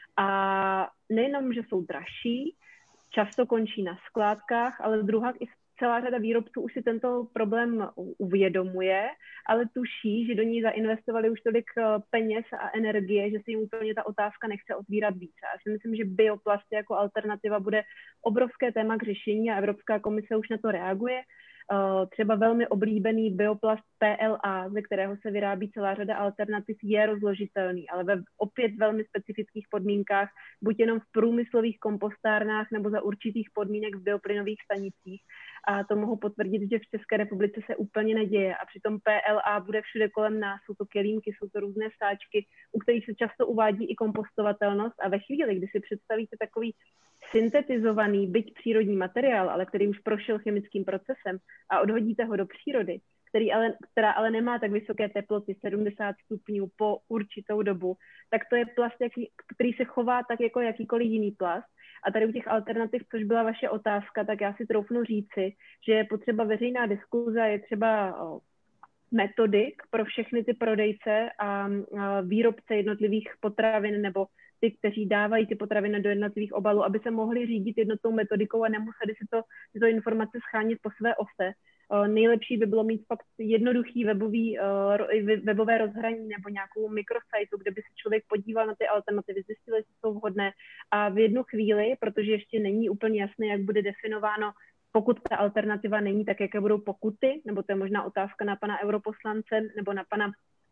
A nejenom, že jsou dražší, často končí na skládkách, ale druhá i celá řada výrobců už si tento problém uvědomuje, ale tuší, že do ní zainvestovali už tolik peněz a energie, že se jim úplně ta otázka nechce otvírat více. Já si myslím, že bioplast jako alternativa bude obrovské téma k řešení a Evropská komise už na to reaguje. Třeba velmi oblíbený bioplast PLA, ze kterého se vyrábí celá řada alternativ, je rozložitelný, ale ve opět velmi specifických podmínkách, buď jenom v průmyslových kompostárnách nebo za určitých podmínek v bioplynových stanicích. A to mohu potvrdit, že v České republice se úplně neděje. A přitom PLA bude všude kolem nás. Jsou to kelímky, jsou to různé sáčky, u kterých se často uvádí i kompostovatelnost. A ve chvíli, kdy si představíte takový syntetizovaný, byť přírodní materiál, ale který už prošel chemickým procesem a odhodíte ho do přírody, která ale nemá tak vysoké teploty, 70 stupňů po určitou dobu, tak to je plast, který se chová tak jako jakýkoliv jiný plast. A tady u těch alternativ, což byla vaše otázka, tak já si troufnu říci, že je potřeba veřejná diskuze, je třeba metodik pro všechny ty prodejce a výrobce jednotlivých potravin nebo ty, kteří dávají ty potraviny do jednotlivých obalů, aby se mohli řídit jednotnou metodikou a nemuseli si tyto informace schánět po své ose. Nejlepší by bylo mít fakt jednoduchý webové rozhraní nebo nějakou mikrosajtu, kde by se člověk podíval na ty alternativy, zjistil, jestli jsou vhodné a v jednu chvíli, protože ještě není úplně jasné, jak bude definováno, pokud ta alternativa není, tak jaké budou pokuty, nebo to je možná otázka na pana europoslance nebo na pana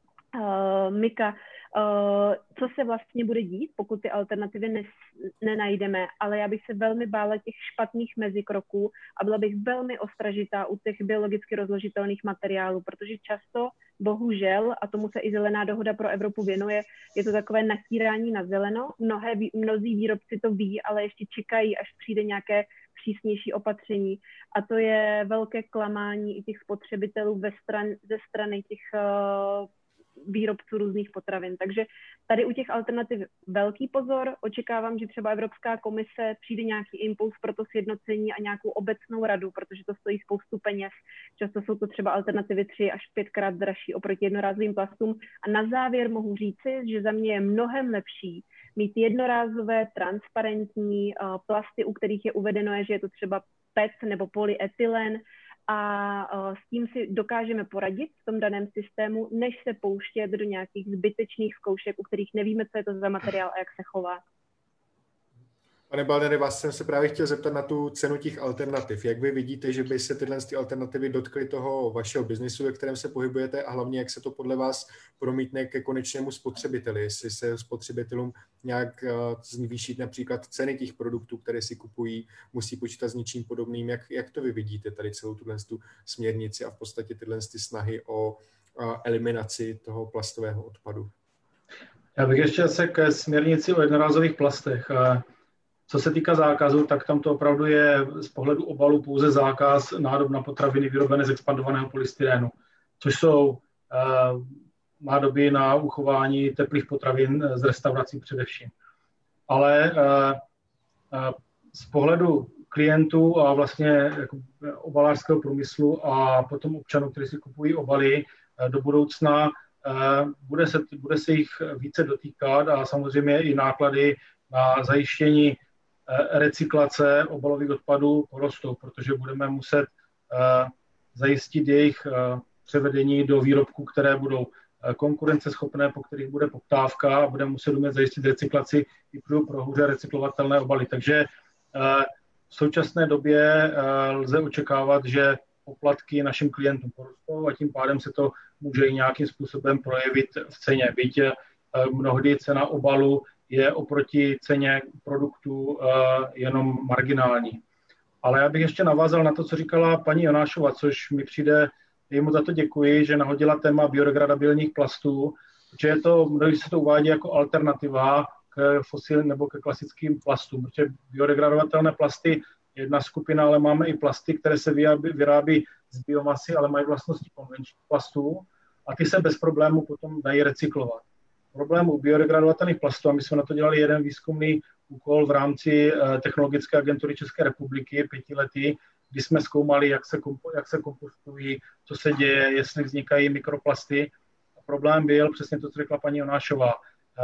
Mika, co se vlastně bude dít, pokud ty alternativy nenajdeme, ale já bych se velmi bála těch špatných mezikroků a byla bych velmi ostražitá u těch biologicky rozložitelných materiálů, protože často, bohužel, a tomu se i Zelená dohoda pro Evropu věnuje, je to takové natírání na zeleno. Mnozí výrobci to ví, ale ještě čekají, až přijde nějaké přísnější opatření. A to je velké klamání i těch spotřebitelů ze strany těch výrobců různých potravin. Takže tady u těch alternativ velký pozor. Očekávám, že třeba Evropská komise přijde nějaký impuls pro to sjednocení a nějakou obecnou radu, protože to stojí spoustu peněz. Často jsou to třeba alternativy 3 až 5krát dražší oproti jednorázovým plastům. A na závěr mohu říci, že za mě je mnohem lepší mít jednorázové, transparentní plasty, u kterých je uvedeno, že je to třeba PET nebo polyetylen, a s tím si dokážeme poradit v tom daném systému, než se pouštět do nějakých zbytečných zkoušek, u kterých nevíme, co je to za materiál a jak se chová. Pane Baldnere, vás jsem se právě chtěl zeptat na tu cenu těch alternativ. Jak vy vidíte, že by se tyhle alternativy dotkly toho vašeho biznisu, ve kterém se pohybujete, a hlavně jak se to podle vás promítne ke konečnému spotřebiteli? Jestli se spotřebitelům nějak zvýšit například ceny těch produktů, které si kupují, musí počítat s něčím podobným. Jak to vy vidíte tady celou tu směrnici a v podstatě tyhle snahy o eliminaci toho plastového odpadu? Já bych ještě se ke směrnici o jednorázových plastech. Co se týká zákazu, tak tam to opravdu je z pohledu obalu pouze zákaz nádob na potraviny vyrobené z expandovaného polystyrenu, což jsou nádoby na uchování teplých potravin z restaurací především. Ale z pohledu klientů a vlastně jako obalářského průmyslu a potom občanů, kteří si kupují obaly do budoucna, bude se jich více dotýkat a samozřejmě i náklady na zajištění recyklace obalových odpadů porostou, protože budeme muset zajistit jejich převedení do výrobků, které budou konkurenceschopné, po kterých bude poptávka, a budeme muset umět zajistit recyklaci i pro hůře recyklovatelné obaly. Takže v současné době lze očekávat, že poplatky našim klientům porostou a tím pádem se to může i nějakým způsobem projevit v ceně. Byť mnohdy cena obalu je oproti ceně produktu jenom marginální. Ale já bych ještě navázal na to, co říkala paní Jonášová, což mi přijde, jemu za to děkuji, že nahodila téma biodegradabilních plastů, protože mnohdy se to uvádí jako alternativa k fosilním nebo ke klasickým plastům, protože biodegradovatelné plasty je jedna skupina, ale máme i plasty, které se vyrábí z biomasy, ale mají vlastnosti konvenčních plastů a ty se bez problému potom dají recyklovat. Problém u biodegradovatelných plastů, a my jsme na to dělali jeden výzkumný úkol v rámci Technologické agentury České republiky 5 lety, kdy jsme zkoumali, jak se kompostují, co se děje, jestli vznikají mikroplasty. A problém byl přesně to, co řekla paní Jonášová.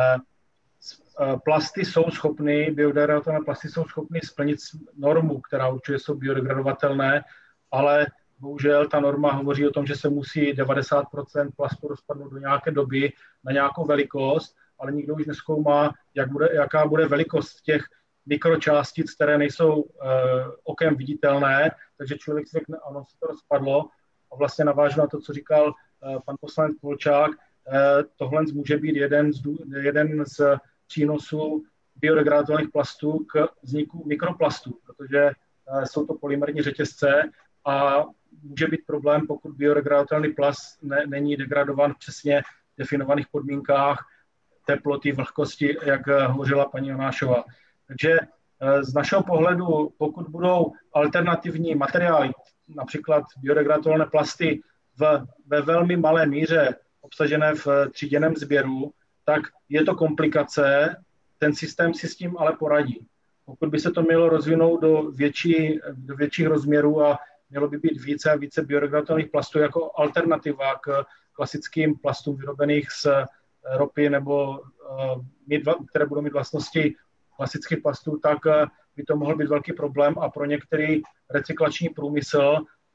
Plasty jsou schopny, biodegradovatelné plasty jsou schopny splnit normu, která určuje, jsou biodegradovatelné, ale bohužel ta norma hovoří o tom, že se musí 90% plastu rozpadnout do nějaké doby na nějakou velikost, ale nikdo už nezkoumá, jaká bude velikost těch mikročástic, které nejsou okem viditelné, takže člověk si řekne, ano, se to rozpadlo. A vlastně navážu na to, co říkal pan poslanec Polčák, tohle může být jeden z přínosů biodegradovatelných plastů k vzniku mikroplastů, protože jsou to polymerní řetězce a může být problém, pokud biodegradovatelný plast není degradovan v přesně definovaných podmínkách teploty, vlhkosti, jak hovořila paní Jonášová. Takže z našeho pohledu, pokud budou alternativní materiály, například biodegradovatelné plasty ve velmi malé míře obsažené v tříděném sběru, tak je to komplikace, ten systém si s tím ale poradí. Pokud by se to mělo rozvinout do větších rozměrů a mělo by být více a více biodegradovatelných plastů jako alternativa k klasickým plastům vyrobených z ropy nebo které budou mít vlastnosti klasických plastů, tak by to mohl být velký problém a pro některý recyklační průmysl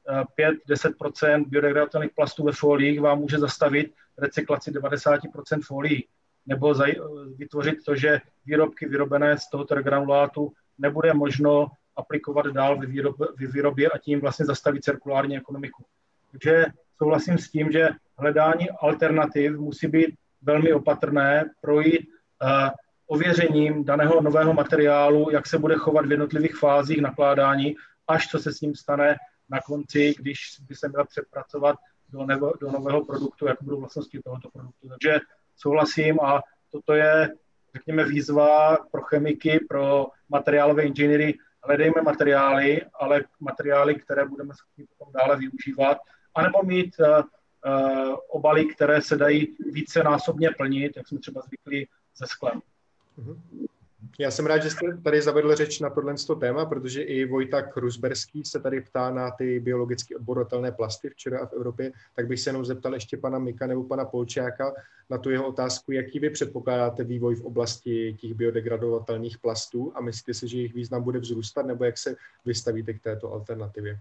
5-10% biodegradovatelných plastů ve foliích vám může zastavit recyklaci 90% folií nebo vytvořit to, že výrobky vyrobené z tohoto granulátu nebude možno aplikovat dál ve výrobě a tím vlastně zastavit cirkulární ekonomiku. Takže souhlasím s tím, že hledání alternativ musí být velmi opatrné, projít ověřením daného nového materiálu, jak se bude chovat v jednotlivých fázích nakládání, až co se s ním stane na konci, když by se měla přepracovat do nového produktu, jak budou vlastnosti tohoto produktu. Takže souhlasím a toto je, řekněme, výzva pro chemiky, pro materiálové inženýry. Hledejme materiály, ale materiály, které budeme schopni potom dále využívat, anebo mít obaly, které se dají vícenásobně plnit, jak jsme třeba zvyklí ze sklem. Já jsem rád, že jste tady zavedl řeč na tohle téma, protože i Vojta Kruzberský se tady ptá na ty biologicky odborovatelné plasty včera a v Evropě, tak bych se jenom zeptal ještě pana Mika nebo pana Polčáka na tu jeho otázku, jaký vy předpokládáte vývoj v oblasti těch biodegradovatelných plastů a myslíte si, že jejich význam bude vzrůstat, nebo jak se vystavíte k této alternativě?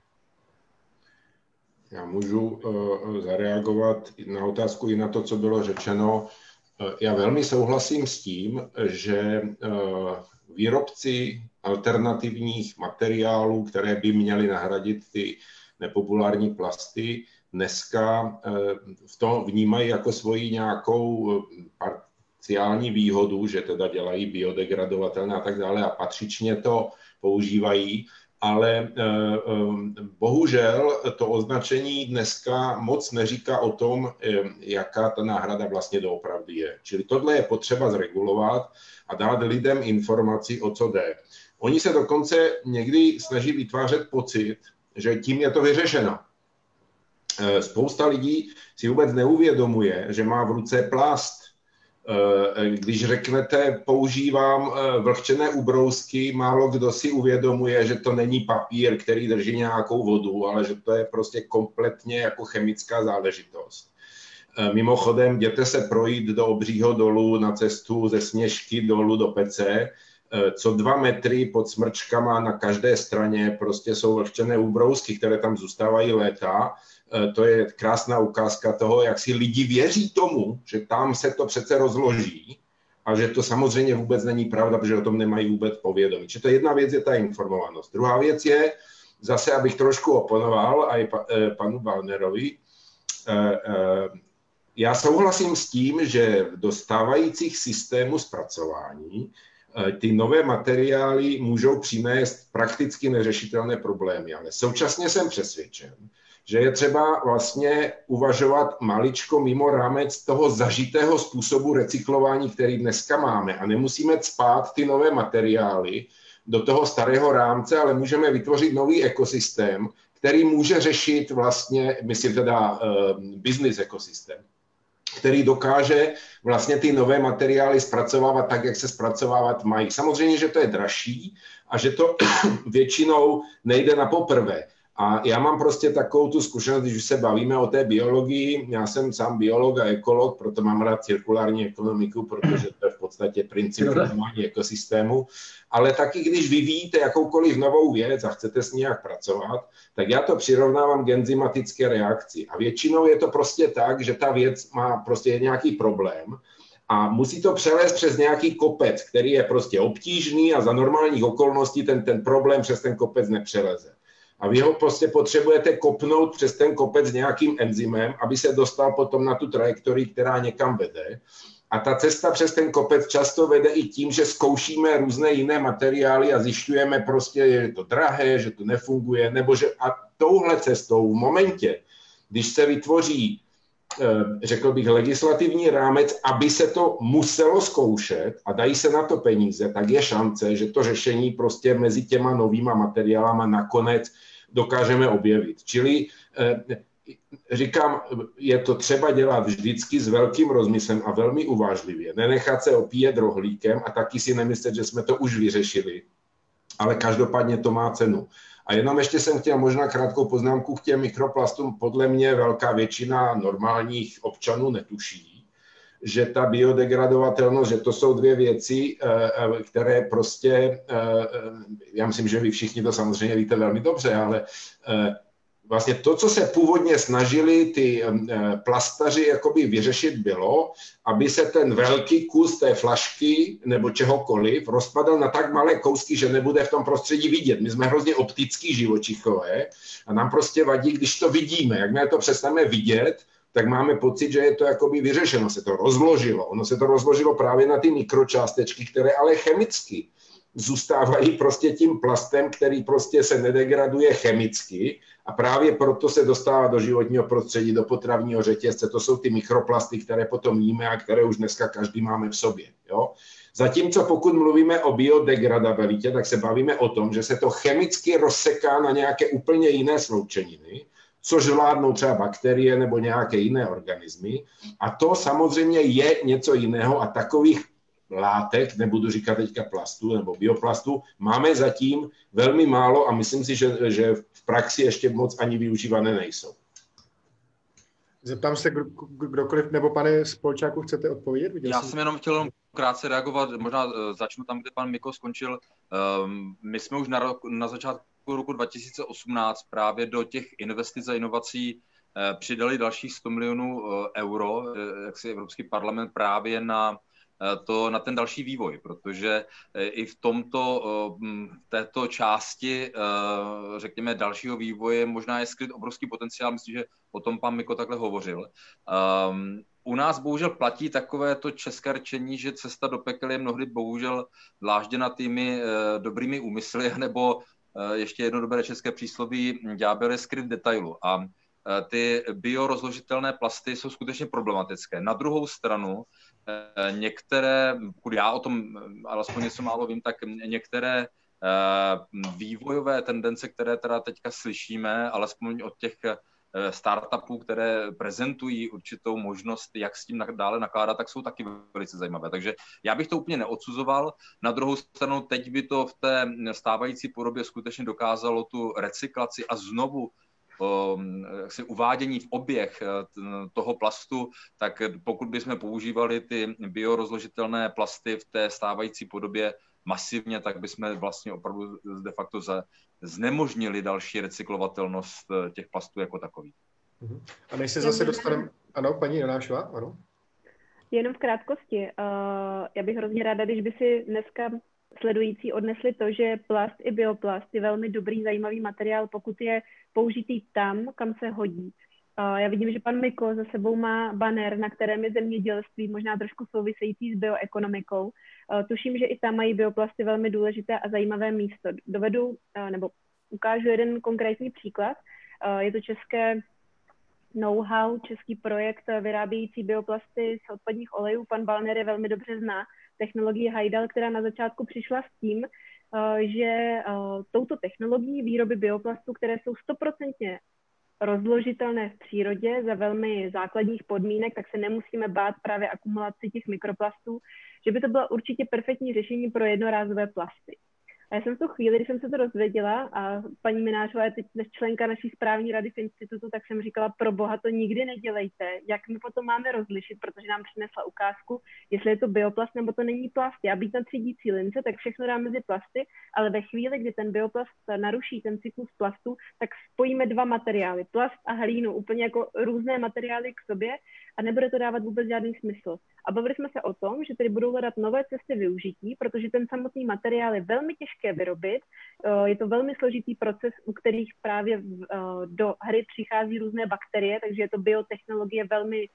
Já můžu zareagovat na otázku i na to, co bylo řečeno. Já velmi souhlasím s tím, že výrobci alternativních materiálů, které by měly nahradit ty nepopulární plasty, dneska v tom vnímají jako svoji nějakou parciální výhodu, že teda dělají biodegradovatelné a tak dále a patřičně to používají. Ale bohužel to označení dneska moc neříká o tom, jaká ta náhrada vlastně doopravdy je. Čili tohle je potřeba zregulovat a dát lidem informaci, o co jde. Oni se dokonce někdy snaží vytvářet pocit, že tím je to vyřešeno. Spousta lidí si vůbec neuvědomuje, že má v ruce plast. Když řeknete, používám vlhčené ubrousky, málo kdo si uvědomuje, že to není papír, který drží nějakou vodu, ale že to je prostě kompletně jako chemická záležitost. Mimochodem, jděte se projít do Obřího dolu na cestu ze Sněžky dolů do Pece, co 2 metry pod smrčkama na každé straně prostě jsou vlhčené ubrousky, které tam zůstávají léta. To je krásná ukázka toho, jak si lidi věří tomu, že tam se to přece rozloží a že to samozřejmě vůbec není pravda, protože o tom nemají vůbec povědomí. Čiže to jedna věc je ta informovanost. Druhá věc je, zase abych trošku oponoval i panu Ballnerovi, já souhlasím s tím, že do stávajících systémů zpracování ty nové materiály můžou přinést prakticky neřešitelné problémy, ale současně jsem přesvědčen, že je třeba vlastně uvažovat maličko mimo rámec toho zažitého způsobu recyklování, který dneska máme. A nemusíme cpát ty nové materiály do toho starého rámce, ale můžeme vytvořit nový ekosystém, který může řešit vlastně, myslím teda business ekosystém, který dokáže vlastně ty nové materiály zpracovávat tak, jak se zpracovávat mají. Samozřejmě, že to je dražší a že to většinou nejde na poprvé. A já mám prostě takovou tu zkušenost, když se bavíme o té biologii, já jsem sám biolog a ekolog, proto mám rád cirkulární ekonomiku, protože to je v podstatě princip fungování ekosystému, ale taky když vyvíjíte jakoukoliv novou věc a chcete s ní nějak pracovat, tak já to přirovnávám k enzymatické reakci. A většinou je to prostě tak, že ta věc má prostě nějaký problém a musí to přelézt přes nějaký kopec, který je prostě obtížný a za normálních okolností ten problém přes ten kopec nepřeleze. A vy ho prostě potřebujete kopnout přes ten kopec nějakým enzymem, aby se dostal potom na tu trajektorii, která někam vede. A ta cesta přes ten kopec často vede i tím, že zkoušíme různé jiné materiály a zjišťujeme prostě, že je to drahé, že to nefunguje, nebo že a touhle cestou v momentě, když se vytvoří, řekl bych, legislativní rámec, aby se to muselo zkoušet a dají se na to peníze, tak je šance, že to řešení prostě mezi těma novýma materiálama nakonec dokážeme objevit. Čili říkám, je to třeba dělat vždycky s velkým rozmyslem a velmi uvážlivě. Nenechat se opíjet rohlíkem a taky si nemyslet, že jsme to už vyřešili. Ale každopádně to má cenu. A jenom ještě jsem chtěl možná krátkou poznámku k těm mikroplastům. Podle mě velká většina normálních občanů netuší, že ta biodegradovatelnost, že to jsou dvě věci, které prostě, já myslím, že vy všichni to samozřejmě víte velmi dobře, ale vlastně to, co se původně snažili ty plastaři jakoby vyřešit, bylo, aby se ten velký kus té flašky nebo čehokoliv rozpadal na tak malé kousky, že nebude v tom prostředí vidět. My jsme hrozně optický živočichové a nám prostě vadí, když to vidíme. Jakmile to přestaneme vidět, tak máme pocit, že je to jakoby vyřešeno, se to rozložilo. Ono se to rozložilo právě na ty mikročástečky, které ale chemicky zůstávají prostě tím plastem, který prostě se nedegraduje chemicky a právě proto se dostává do životního prostředí, do potravního řetězce. To jsou ty mikroplasty, které potom jíme a které už dneska každý máme v sobě. Jo? Zatímco pokud mluvíme o biodegradabilitě, tak se bavíme o tom, že se to chemicky rozseká na nějaké úplně jiné sloučeniny, což vládnou třeba bakterie nebo nějaké jiné organismy. A to samozřejmě je něco jiného a takových látek, nebudu říkat teďka plastu nebo bioplastu, máme zatím velmi málo a myslím si, že v praxi ještě moc ani využívané nejsou. Zeptám se, kdokoliv, nebo pane Spolčáku, chcete odpovědět? Já jsem jenom chtěl krátce reagovat, možná začnu tam, kde pan Miko skončil. My jsme už na začátku roku 2018 právě do těch investic a inovací přidali dalších 100 milionů euro, jak si Evropský parlament právě na ten další vývoj, protože i v této části, řekněme, dalšího vývoje možná je skryt obrovský potenciál, myslím, že o tom pan Miko takhle hovořil. U nás bohužel platí takové to české rčení, že cesta do pekel je mnohdy bohužel dlážděna tými dobrými úmysly, nebo ještě jedno dobré české přísloví, ďábel je skryt v detailu. A ty biorozložitelné plasty jsou skutečně problematické. Na druhou stranu některé, pokud já o tom alespoň něco málo vím, tak některé vývojové tendence, které teda teďka slyšíme, alespoň od těch startupů, které prezentují určitou možnost, jak s tím dále nakládat, tak jsou taky velice zajímavé. Takže já bych to úplně neodsuzoval. Na druhou stranu teď by to v té stávající podobě skutečně dokázalo tu recyklaci a znovu uvádění v oběh toho plastu, tak pokud bychom používali ty biorozložitelné plasty v té stávající podobě masivně, tak bychom vlastně opravdu de facto znemožnili další recyklovatelnost těch plastů jako takových. A než se zase dostaneme... Ano, paní Jonášová, ano. Jenom v krátkosti. Já bych hrozně ráda, když by si dneska sledující odnesli to, že plast i bioplast je velmi dobrý, zajímavý materiál, pokud je použitý tam, kam se hodí. Já vidím, že pan Miko za sebou má banner, na kterém je zemědělství, možná trošku související s bioekonomikou. Tuším, že i tam mají bioplasty velmi důležité a zajímavé místo. Ukážu jeden konkrétní příklad. Je to české know-how, český projekt vyrábějící bioplasty z odpadních olejů. Pan Balner je velmi dobře zná. Technologie Hajdal, která na začátku přišla s tím, že touto technologií výroby bioplastů, které jsou 100% rozložitelné v přírodě za velmi základních podmínek, tak se nemusíme bát právě akumulaci těch mikroplastů, že by to bylo určitě perfektní řešení pro jednorázové plasty. A já jsem v tu chvíli, když jsem se to dozvěděla a paní Minářová je teď členka naší správní rady v institutu, tak jsem říkala, pro boha to nikdy nedělejte, jak my potom máme rozlišit, protože nám přinesla ukázku, jestli je to bioplast nebo to není plast. Já být na třídící lince, tak všechno dám mezi plasty, ale ve chvíli, kdy ten bioplast naruší ten cyklus plastu, tak spojíme dva materiály, plast a hlínu, úplně jako různé materiály k sobě a nebude to dávat vůbec žádný smysl. A bavili jsme se o tom, že tedy budou hledat nové cesty využití, protože ten samotný materiál je velmi těžké vyrobit. Je to velmi složitý proces, u kterých právě do hry přichází různé bakterie, takže je to biotechnologie velmi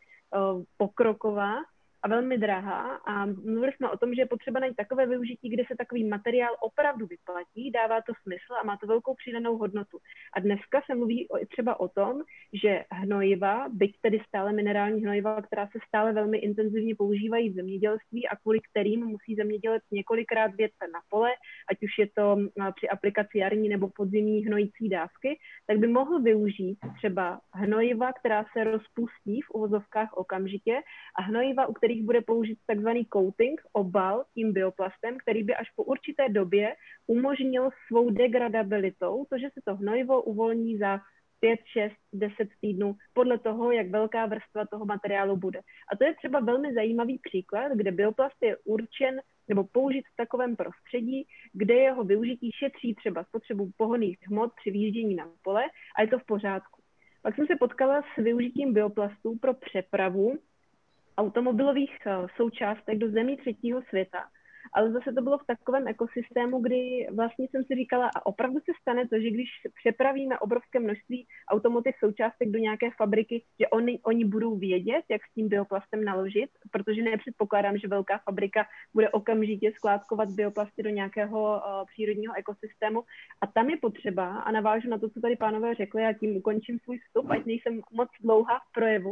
pokroková a velmi drahá. A mluvili jsme o tom, že je potřeba najít takové využití, kde se takový materiál opravdu vyplatí, dává to smysl a má to velkou přidanou hodnotu. A dneska se mluví třeba o tom, že hnojiva, byť tedy stále minerální hnojiva, která se stále velmi intenzivně používají v zemědělství a kvůli kterým musí zemědělec několikrát vjet na pole, ať už je to při aplikaci jarní nebo podzimní hnojící dávky, tak by mohl využít třeba hnojiva, která se rozpustí v uvozovkách okamžitě a hnojiva, u kterých bude použít takzvaný coating, obal tím bioplastem, který by až po určité době umožnil svou degradabilitou, to, že se to hnojivo uvolní za 5, 6, 10 týdnů, podle toho, jak velká vrstva toho materiálu bude. A to je třeba velmi zajímavý příklad, kde bioplast je určen nebo použit v takovém prostředí, kde jeho využití šetří třeba spotřebu pohonných hmot při výjíždění na pole a je to v pořádku. Pak jsem se potkala s využitím bioplastů pro přepravu automobilových součástek do zemí třetího světa. Ale zase to bylo v takovém ekosystému, kdy vlastně jsem si říkala, a opravdu se stane to, že když přepravíme obrovské množství automotiv součástek do nějaké fabriky, že oni budou vědět, jak s tím bioplastem naložit, protože nepředpokládám, že velká fabrika bude okamžitě skládkovat bioplasty do nějakého přírodního ekosystému. A tam je potřeba, a navážu na to, co tady pánové řekli, a tím ukončím svůj vstup, ať nejsem moc dlouhá v projevu,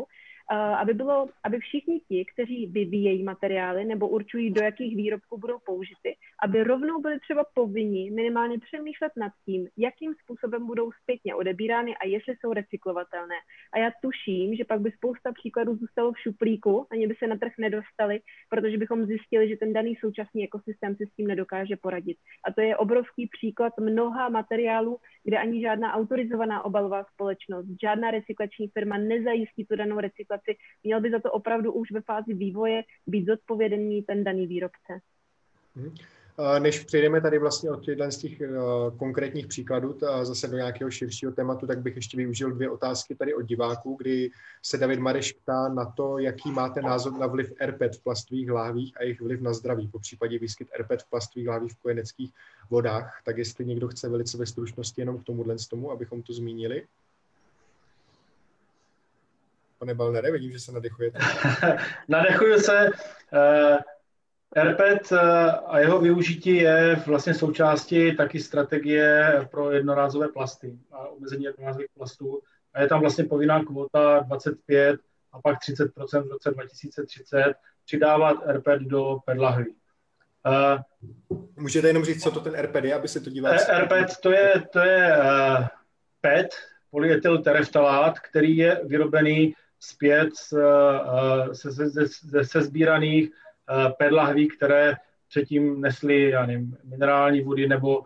aby všichni ti, kteří vyvíjejí materiály nebo určují, do jakých výrobků budou použity, aby rovnou byli třeba povinni minimálně přemýšlet nad tím, jakým způsobem budou zpětně odebírány a jestli jsou recyklovatelné. A já tuším, že pak by spousta příkladů zůstalo v šuplíku, ani by se na trh nedostali, protože bychom zjistili, že ten daný současný ekosystém si s tím nedokáže poradit. A to je obrovský příklad mnoha materiálů, kde ani žádná autorizovaná obalová společnost, žádná recyklační firma nezajistí tu danou recyklaci. Měl by za to opravdu už ve fázi vývoje být zodpovědný ten daný výrobce. Než přejdeme tady vlastně od z těch konkrétních příkladů zase do nějakého širšího tématu, tak bych ještě využil 2 otázky tady od diváků, kdy se David Mareš ptá na to, jaký máte názor na vliv rPET v plastových láhvích a jejich vliv na zdraví, popřípadě výskyt rPET v plastových láhvích v kojeneckých vodách. Tak jestli někdo chce velice ve stručnosti jenom k tomu, abychom to zmínili. Pane Ballnere, vidím, že se nadechujete. Nadechuju se. rPET a jeho využití je vlastně součástí taky strategie pro jednorázové plasty a omezení jednorázových plastů. A je tam vlastně povinná kvota 25 a pak 30% v roce 2030 přidávat rPET do PET lahví. Můžete jenom říct, co to ten rPET je, aby se to diváci... rPET to je PET, polyetyltereftalát, který je vyrobený zpět ze sbíraných PET lahví, které předtím nesly minerální vody nebo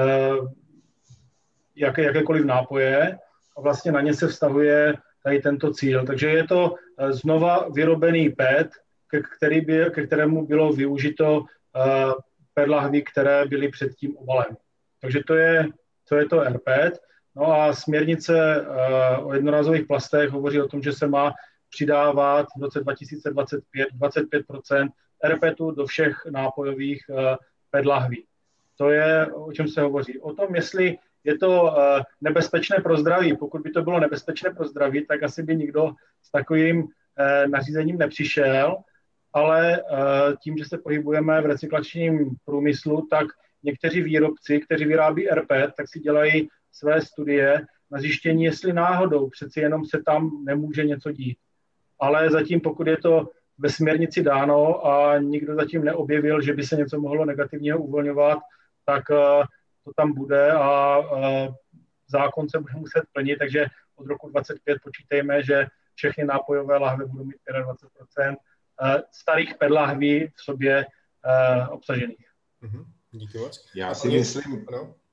jakékoliv nápoje a vlastně na ně se vztahuje tady tento cíl. Takže je to znova vyrobený PET, ke kterému bylo využito PET lahví, které byly před tím obalem. Takže to je to rPET. No a směrnice o jednorázových plastech hovoří o tom, že se má přidávat v roce 2025 25% rPETu do všech nápojových PET lahví. To je, o čem se hovoří. O tom, jestli je to nebezpečné pro zdraví. Pokud by to bylo nebezpečné pro zdraví, tak asi by nikdo s takovým nařízením nepřišel, ale tím, že se pohybujeme v recyklačním průmyslu, tak někteří výrobci, kteří vyrábí rPET, tak si dělají své studie na zjištění, jestli náhodou přeci jenom se tam nemůže něco dít. Ale zatím, pokud je to ve směrnici dáno a nikdo zatím neobjevil, že by se něco mohlo negativního uvolňovat, tak to tam bude a zákon se bude muset plnit, takže od roku 2025 počítejme, že všechny nápojové lahve budou mít 25% starých PET lahví v sobě obsažených. Díky moc. Já si myslím,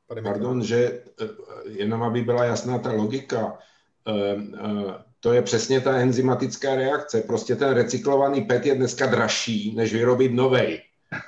že jenom aby byla jasná ta logika, to je přesně ta enzymatická reakce. Prostě ten recyklovaný PET je dneska dražší, než vyrobit novej.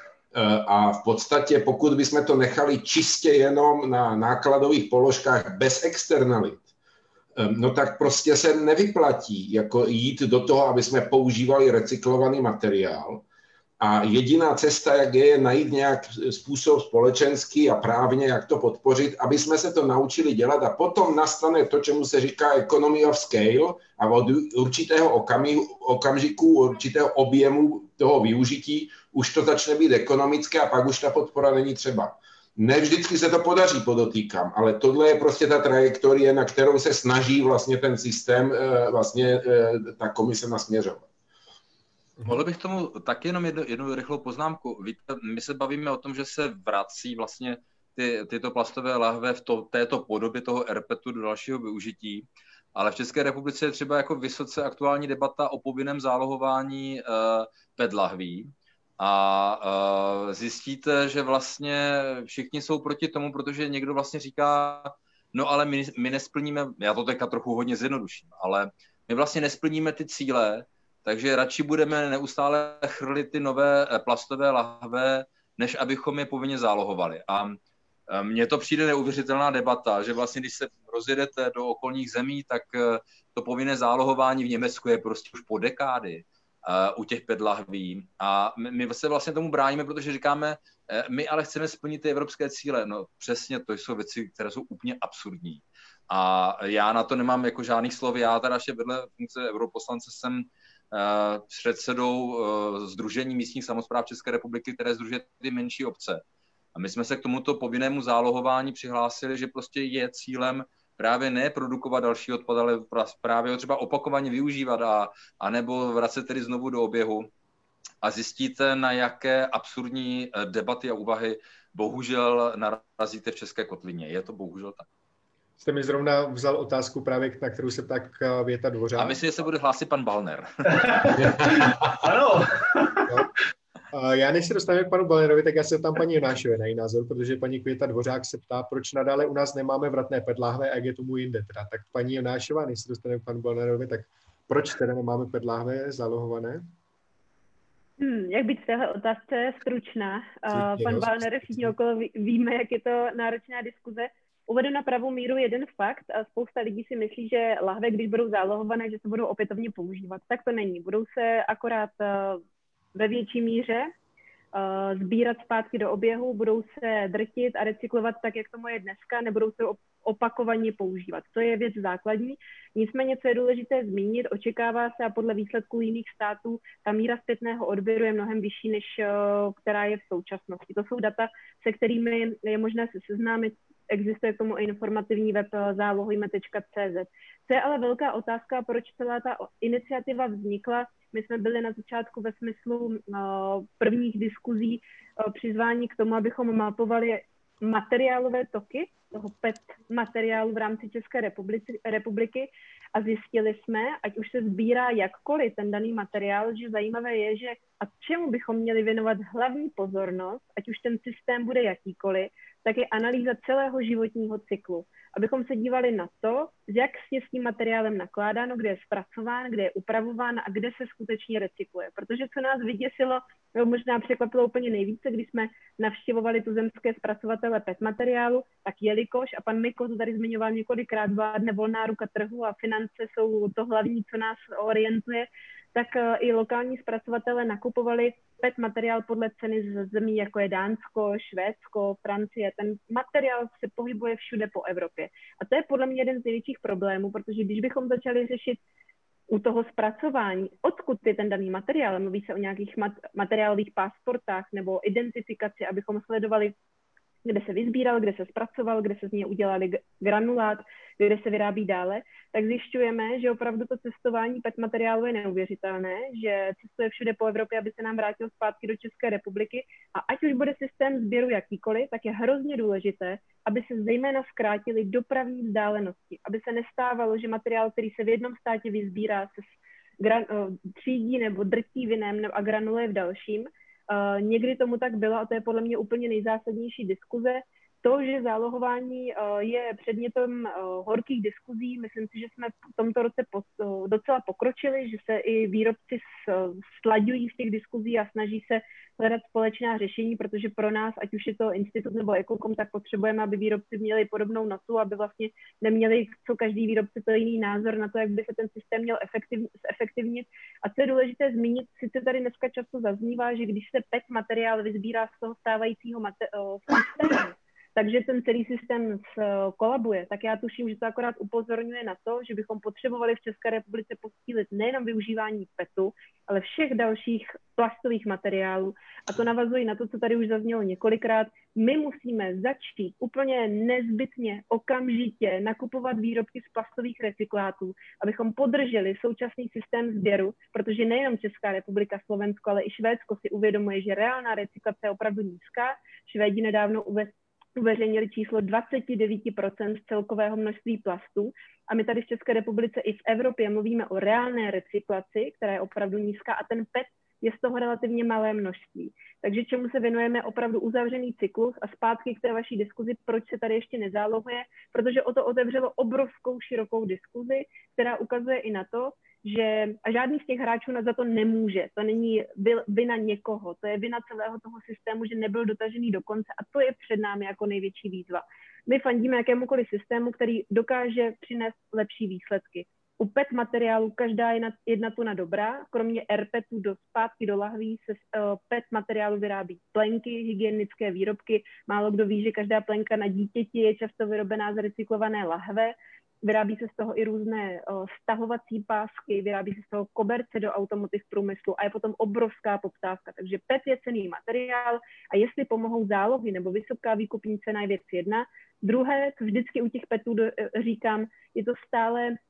A v podstatě, pokud bychom to nechali čistě jenom na nákladových položkách bez externalit, no tak prostě se nevyplatí jako jít do toho, aby jsme používali recyklovaný materiál. A jediná cesta, jak je najít nějak způsob společenský a právně, jak to podpořit, aby jsme se to naučili dělat a potom nastane to, čemu se říká economy of scale a od určitého okamžiku, určitého objemu toho využití už to začne být ekonomické a pak už ta podpora není třeba. Ne vždycky se to podaří, podotýkám, ale tohle je prostě ta trajektorie, na kterou se snaží vlastně ten systém, vlastně ta komise nasměřovat. Mohl bych tomu taky jenom jednu rychlou poznámku. Víte, my se bavíme o tom, že se vrací vlastně tyto plastové lahve v této podobě toho rPETu do dalšího využití, ale v České republice je třeba jako vysoce aktuální debata o povinném zálohování PET lahví. A zjistíte, že vlastně všichni jsou proti tomu, protože někdo vlastně říká, no ale my nesplníme, já to teďka trochu hodně zjednoduším, ale my vlastně nesplníme ty cíle, takže radši budeme neustále chrlit ty nové plastové lahve, než abychom je povinně zálohovali. A mně to přijde neuvěřitelná debata, že vlastně když se rozjedete do okolních zemí, tak to povinné zálohování v Německu je prostě už po dekády u těch PET lahví. A my se vlastně tomu bráníme, protože říkáme, my ale chceme splnit ty evropské cíle. No přesně, to jsou věci, které jsou úplně absurdní. A já na to nemám jako žádných slov. Já teda ještě vedle funkce europoslance jsem předsedou Sdružení místních samospráv České republiky, které sdružuje ty menší obce. A my jsme se k tomuto povinnému zálohování přihlásili, že prostě je cílem právě ne produkovat další odpad, ale právě ho třeba opakovaně využívat a nebo vracet tedy znovu do oběhu. a zjistíte, na jaké absurdní debaty a úvahy bohužel narazíte v české kotlině. Je to bohužel tak. Jste mi zrovna vzal otázku právě, na kterou se ptá Květa Dvořák. A myslím, že se bude hlásit pan Ballner. Ano. Já než se dostaneme k panu Ballnerovi, tak já se ptám paní Jonášové na její názor, protože paní Květa Dvořák se ptá, proč nadále u nás nemáme vratné PET láhve a jak je tomu jinde. Teda. Tak paní Jonášová, než se dostaneme k panu Ballnerovi, tak proč teda nemáme PET láhve zálohované? Jak být v téhle otázce stručná. Pan Ballner, všichni okolo víme, jak je to náročná diskuze. Uvedu na pravou míru jeden fakt. Spousta lidí si myslí, že lahve, když budou zálohované, že se budou opětovně používat. Tak to není. Budou se akorát ve větší míře sbírat zpátky do oběhu, budou se drtit a recyklovat tak, jak tomu je dneska, nebudou se opakovaně používat. To je věc základní. Nicméně, co je důležité zmínit, očekává se a podle výsledků jiných států ta míra zpětného odběru je mnohem vyšší, než která je v současnosti. To jsou data, se kterými je možné se seznámit. Existuje k tomu i informativní web zálohujme.cz. Co je ale velká otázka, proč celá ta iniciativa vznikla. My jsme byli na začátku ve smyslu prvních diskuzí přizváni k tomu, abychom mapovali materiálové toky toho PET materiálu v rámci České republiky a zjistili jsme, ať už se sbírá jakkoliv ten daný materiál, že zajímavé je, že a čemu bychom měli věnovat hlavní pozornost, ať už ten systém bude jakýkoliv, tak je analýza celého životního cyklu. Abychom se dívali na to, jak je s tím materiálem nakládáno, kde je zpracován, kde je upravován a kde se skutečně recykluje. Protože co nás vyděsilo, možná překvapilo úplně nejvíce, když jsme navštěvovali tuzemské zpracovatele PET materiálu, tak jelikož, a pan Miko to tady zmiňoval několikrát, vládne volná ruka trhu a finance jsou to hlavní, co nás orientuje, tak i lokální zpracovatelé nakupovali PET materiál podle ceny z zemí, jako je Dánsko, Švédsko, Francie. Ten materiál se pohybuje všude po Evropě. A to je podle mě jeden z největších problémů, protože když bychom začali řešit u toho zpracování, odkud je ten daný materiál, mluví se o nějakých materiálových pasportách nebo identifikaci, abychom sledovali, kde se vyzbíral, kde se zpracoval, kde se z něj udělali granulát, kde se vyrábí dále, tak zjišťujeme, že opravdu to cestování PET materiálu je neuvěřitelné, že cestuje všude po Evropě, aby se nám vrátil zpátky do České republiky a ať už bude systém sběru jakýkoliv, tak je hrozně důležité, aby se zejména zkrátily dopravní vzdálenosti, aby se nestávalo, že materiál, který se v jednom státě vyzbírá, se třídí nebo drtí v jiném a granuluje v dalším. Někdy tomu tak bylo a to je podle mě úplně nejzásadnější diskuze. To, že zálohování je předmětem horkých diskuzí, myslím si, že jsme v tomto roce docela pokročili, že se i výrobci slaďují v těch diskuzích a snaží se hledat společná řešení, protože pro nás, ať už je to institut nebo Ekokom, tak potřebujeme, aby výrobci měli podobnou notu, aby vlastně neměli co každý výrobce to jiný názor na to, jak by se ten systém měl efektivnit. A co je důležité zmínit, sice tady dneska často zaznívá, že když se PET materiál vyzbírá z toho stávajícího systému, takže ten celý systém kolabuje, tak já tuším, že to akorát upozorňuje na to, že bychom potřebovali v České republice posílit nejenom využívání PETu, ale všech dalších plastových materiálů. A to navazuje na to, co tady už zaznělo několikrát. My musíme začít úplně nezbytně, okamžitě nakupovat výrobky z plastových recyklátů, abychom podrželi současný systém sběru, protože nejenom Česká republika, Slovensko, ale i Švédsko si uvědomuje, že reálná recyklace je opravdu nízká. Švédi nedávno uveřejnili číslo 29% z celkového množství plastů a my tady v České republice i v Evropě mluvíme o reálné recyklaci, která je opravdu nízká a ten PET je z toho relativně malé množství. Takže čemu se věnujeme opravdu uzavřený cyklus a zpátky k té vaší diskuzi, proč se tady ještě nezálohuje, protože o to otevřelo obrovskou širokou diskuzi, která ukazuje i na to, že a žádný z těch hráčů za to nemůže. To není vina někoho, to je vina celého toho systému, že nebyl dotažený do konce a to je před námi jako největší výzva. My fandíme jakémukoliv systému, který dokáže přinést lepší výsledky. U PET materiálu každá jedna tuna dobrá, kromě RPETu zpátky do lahví se PET materiálu vyrábí plenky, hygienické výrobky. Málo kdo ví, že každá plenka na dítěti je často vyrobená z recyklované lahve. Vyrábí se z toho i různé stahovací pásky, vyrábí se z toho koberce do automotiv průmyslu a je potom obrovská poptávka. Takže PET je cenný materiál a jestli pomohou zálohy nebo vysoká výkupní cena je věc jedna. Druhé, vždycky u těch PETů říkám, je to stále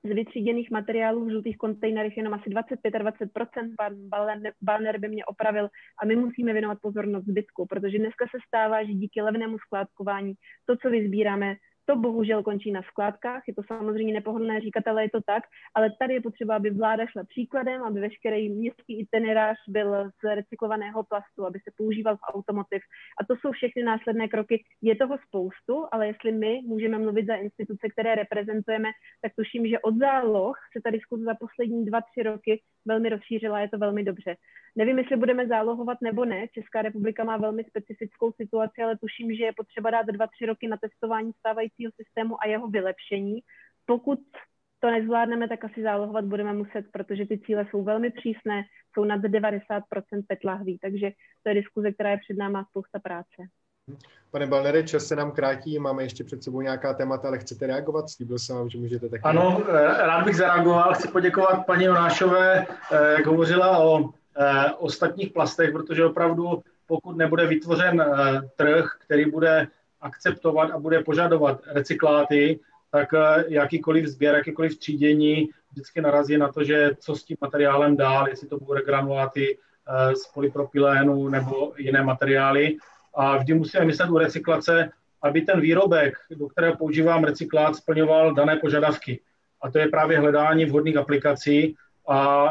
z vytříděných materiálů v žlutých kontejnerech jenom asi 20-25%, pan Ballner by mě opravil, a my musíme věnovat pozornost zbytku, protože dneska se stává, že díky levnému skládkování to, co vysbíráme, to bohužel končí na skládkách, je to samozřejmě nepohodlné říkat, ale je to tak, ale tady je potřeba, aby vláda šla příkladem, aby veškerý městský itinerář byl z recyklovaného plastu, aby se používal v automotiv. A to jsou všechny následné kroky. Je toho spoustu, ale jestli my můžeme mluvit za instituce, které reprezentujeme, tak tuším, že od záloh se ta diskuze za poslední 2-3 roky velmi rozšířila, je to velmi dobře. Nevím, jestli budeme zálohovat nebo ne. Česká republika má velmi specifickou situaci, ale tuším, že je potřeba dát 2-3 roky na testování stávajícího systému a jeho vylepšení. Pokud to nezvládneme, tak asi zálohovat budeme muset, protože ty cíle jsou velmi přísné, jsou nad 90% PET lahví, takže to je diskuze, která je před námi a spousta práce. Pane Ballnere, čas se nám krátí, máme ještě před sebou nějaká témata, ale chcete reagovat? Slíbil jsem vám, že můžete taky. Ano, rád bych zareagoval. Chci poděkovat paní Jonášové, jak hovořila o ostatních plastech, protože opravdu pokud nebude vytvořen trh, který bude akceptovat a bude požadovat recykláty, tak jakýkoliv sběr, jakýkoliv třídění vždycky narazí na to, že co s tím materiálem dál, jestli to bude granuláty z polypropylénu nebo jiné materiály. A vždy musíme myslet u recyklace, aby ten výrobek, do kterého používám recyklát, splňoval dané požadavky. A to je právě hledání vhodných aplikací a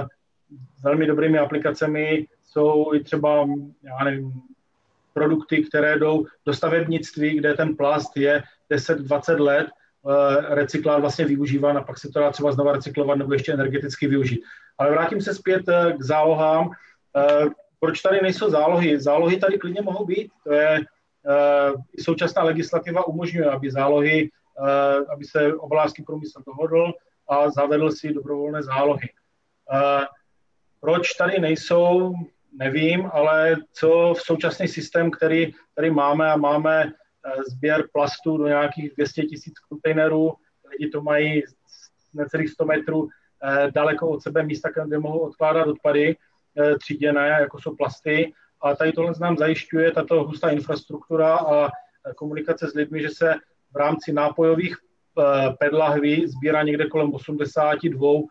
velmi dobrými aplikacemi jsou i třeba, já nevím, produkty, které jdou do stavebnictví, kde ten plast je 10-20 let recyklát vlastně využíván a pak se to dá třeba znova recyklovat nebo ještě energeticky využít. Ale vrátím se zpět k zálohám. Proč tady nejsou zálohy? Zálohy tady klidně mohou být. To je, současná legislativa umožňuje, aby zálohy, aby se obalářský průmysl dohodl a zavedl si dobrovolné zálohy. Proč tady nejsou, nevím, ale co v současný systém, který tady máme, a máme sběr plastu do nějakých 200 000 kontejnerů, lidi to mají necelých 100 metrů daleko od sebe místa, kde mohou odkládat odpady tříděné, jako jsou plasty. A tady tohle nám zajišťuje tato hustá infrastruktura a komunikace s lidmi, že se v rámci nápojových PET lahví sbírá někde kolem 82%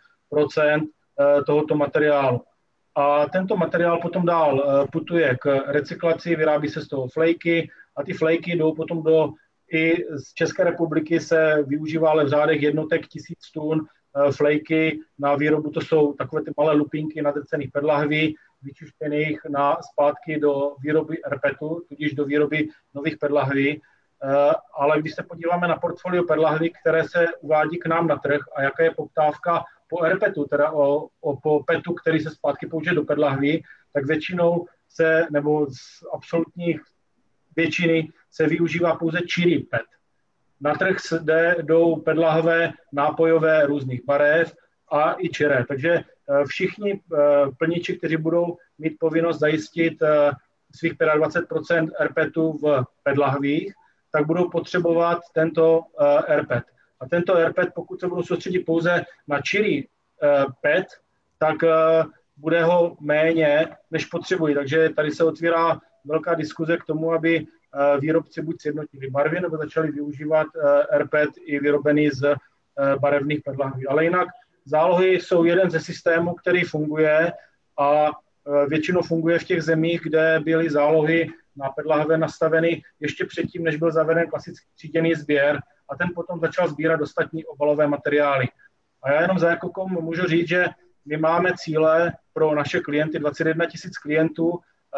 tohoto materiálu. A tento materiál potom dál putuje k recyklaci, vyrábí se z toho flejky a ty flejky jdou potom i z České republiky se využívá ale v řádech jednotek 1000 tun flejky na výrobu, to jsou takové ty malé lupinky nadrcených PET lahví, vyčištěných zpátky do výroby RPETu, tudíž do výroby nových PET lahví. Ale když se podíváme na portfolio PET lahví, které se uvádí k nám na trh a jaká je poptávka po RPETu, teda po PETu, který se zpátky použije do PET lahví, tak většinou nebo z absolutních většiny se využívá pouze čirý PET. Na trh jdou PET lahve nápojové různých barev a i čiré. Takže všichni plniči, kteří budou mít povinnost zajistit svých 25% RPETu v PET lahvích, tak budou potřebovat tento RPET. A tento RPET, pokud se budou soustředit pouze na čirý PET, tak bude ho méně, než potřebují. Takže tady se otvírá velká diskuze k tomu, aby výrobci buď sjednotili barvy, nebo začali využívat RPET i vyrobený z barevných PET lahví. Ale jinak zálohy jsou jeden ze systémů, který funguje a většinou funguje v těch zemích, kde byly zálohy na PET lahve nastaveny ještě předtím, než byl zaveden klasický tříděný sběr a ten potom začal sbírat ostatní obalové materiály. A já jenom za Ekokom můžu říct, že my máme cíle pro naše klienty, 21 000 klientů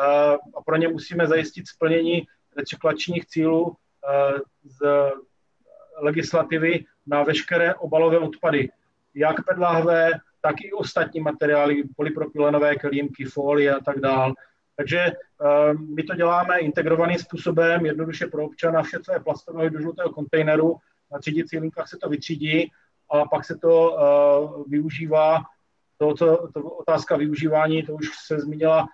a pro ně musíme zajistit splnění recyklačních cílů z legislativy na veškeré obalové odpady. Jak PET lahve, tak i ostatní materiály, polypropylenové kelímky, folie a tak dále. Takže my to děláme integrovaným způsobem, jednoduše pro občana, vše, co je plastové do žlutého kontejneru, na třídicích linkách se to vytřídí a pak se to využívá. Otázka využívání, to už se zmínila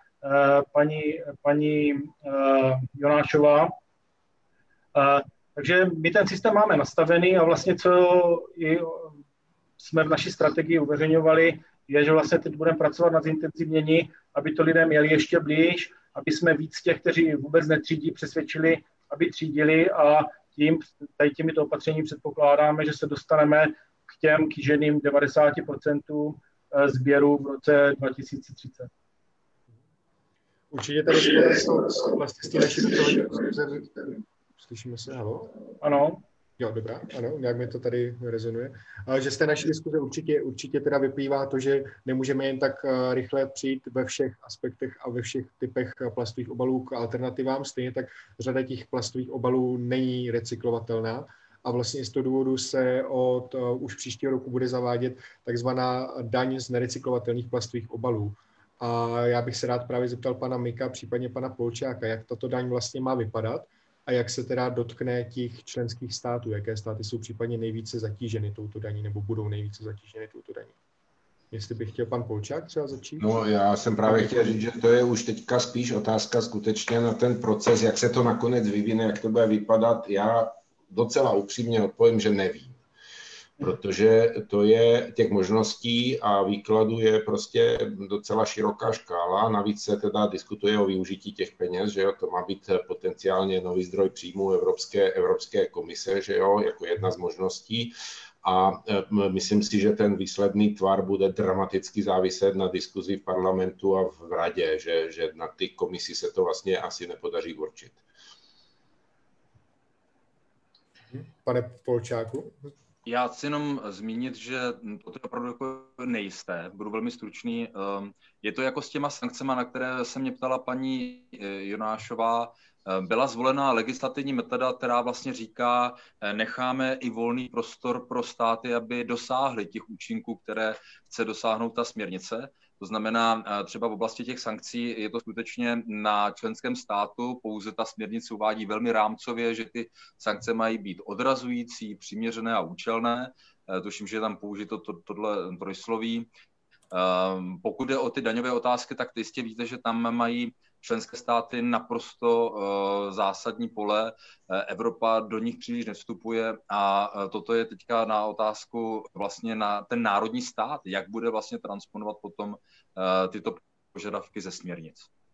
paní Jonášová. Takže my ten systém máme nastavený a vlastně, co jsme v naší strategii uveřejňovali, je, že vlastně teď budeme pracovat na zintenzivnění, aby to lidé měli ještě blíž, aby jsme víc těch, kteří vůbec netřídí, přesvědčili, aby třídili a těmito opatření předpokládáme, že se dostaneme k těm kýženým 90% sběru v roce 2030. Určitě tady vlastně z té naší diskuze. Slyšíme se, halo? Ano. Jo, dobrá, ano, nějak mi to tady rezonuje. Že z té naší diskuze určitě teda vyplývá to, že nemůžeme jen tak rychle přijít ve všech aspektech a ve všech typech plastových obalů k alternativám. Stejně tak řada těch plastových obalů není recyklovatelná a vlastně z toho důvodu se od už příštího roku bude zavádět takzvaná daň z nerecyklovatelných plastových obalů. A já bych se rád právě zeptal pana Mika, případně pana Polčáka, jak tato daň vlastně má vypadat a jak se teda dotkne těch členských států, jaké státy jsou případně nejvíce zatíženy touto daní nebo budou nejvíce zatíženy touto daní. Jestli by chtěl pan Polčák třeba začít? No, já jsem právě chtěl říct, že to je už teďka spíš otázka skutečně na ten proces, jak se to nakonec vyvine, jak to bude vypadat. Já docela upřímně odpovím, že nevím. Protože to je těch možností a výkladu je prostě docela široká škála. Navíc se teda diskutuje o využití těch peněz, že jo, to má být potenciálně nový zdroj příjmů Evropské komise, že jo, jako jedna z možností. A myslím si, že ten výsledný tvar bude dramaticky záviset na diskuzi v parlamentu a v radě, že na ty komisi se to vlastně asi nepodaří určit. Pane Polčáku? Já chci jenom zmínit, že to je opravdu jako nejisté, budu velmi stručný. Je to jako s těma sankcemi, na které se mě ptala paní Jonášová. Byla zvolena legislativní metoda, která vlastně říká, necháme i volný prostor pro státy, aby dosáhly těch účinků, které chce dosáhnout ta směrnice. To znamená, třeba v oblasti těch sankcí je to skutečně na členském státu, pouze ta směrnice uvádí velmi rámcově, že ty sankce mají být odrazující, přiměřené a účelné. Tuším, že je tam použito tohle trojsloví. Pokud jde o ty daňové otázky, tak jistě víte, že tam mají členské státy naprosto zásadní pole. Evropa do nich příliš nevstupuje a toto je teďka na otázku vlastně na ten národní stát, jak bude vlastně transponovat potom tyto požadavky ze směrnic.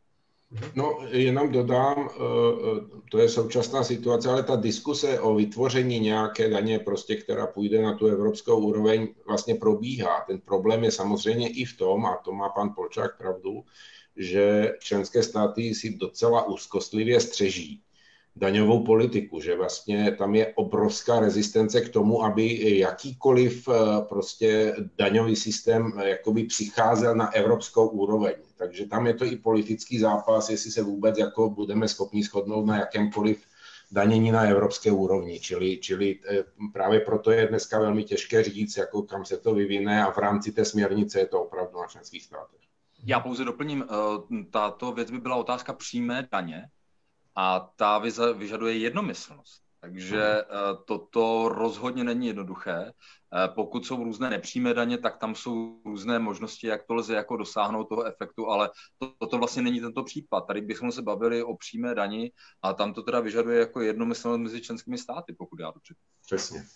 No, jenom dodám, to je současná situace, ale ta diskuse o vytvoření nějaké daně, prostě, která půjde na tu evropskou úroveň, vlastně probíhá. Ten problém je samozřejmě i v tom, a to má pan Polčák pravdu, že členské státy si docela úzkostlivě střeží daňovou politiku, že vlastně tam je obrovská rezistence k tomu, aby jakýkoliv prostě daňový systém jakoby přicházel na evropskou úroveň. Takže tam je to i politický zápas, jestli se vůbec jako budeme schopni shodnout na jakémkoliv danění na evropské úrovni. Čili právě proto je dneska velmi těžké říct, jako kam se to vyvine a v rámci té směrnice je to opravdu na členských státech. Já pouze doplním, tato věc by byla otázka přímé daně a ta vyžaduje jednomyslnost. Takže toto rozhodně není jednoduché. Pokud jsou různé nepřímé daně, tak tam jsou různé možnosti, jak to lze jako dosáhnout toho efektu, ale toto vlastně není tento případ. Tady bychom se bavili o přímé dani a tam to teda vyžaduje jako jednomyslnost mezi členskými státy, pokud já dobře. Přesně.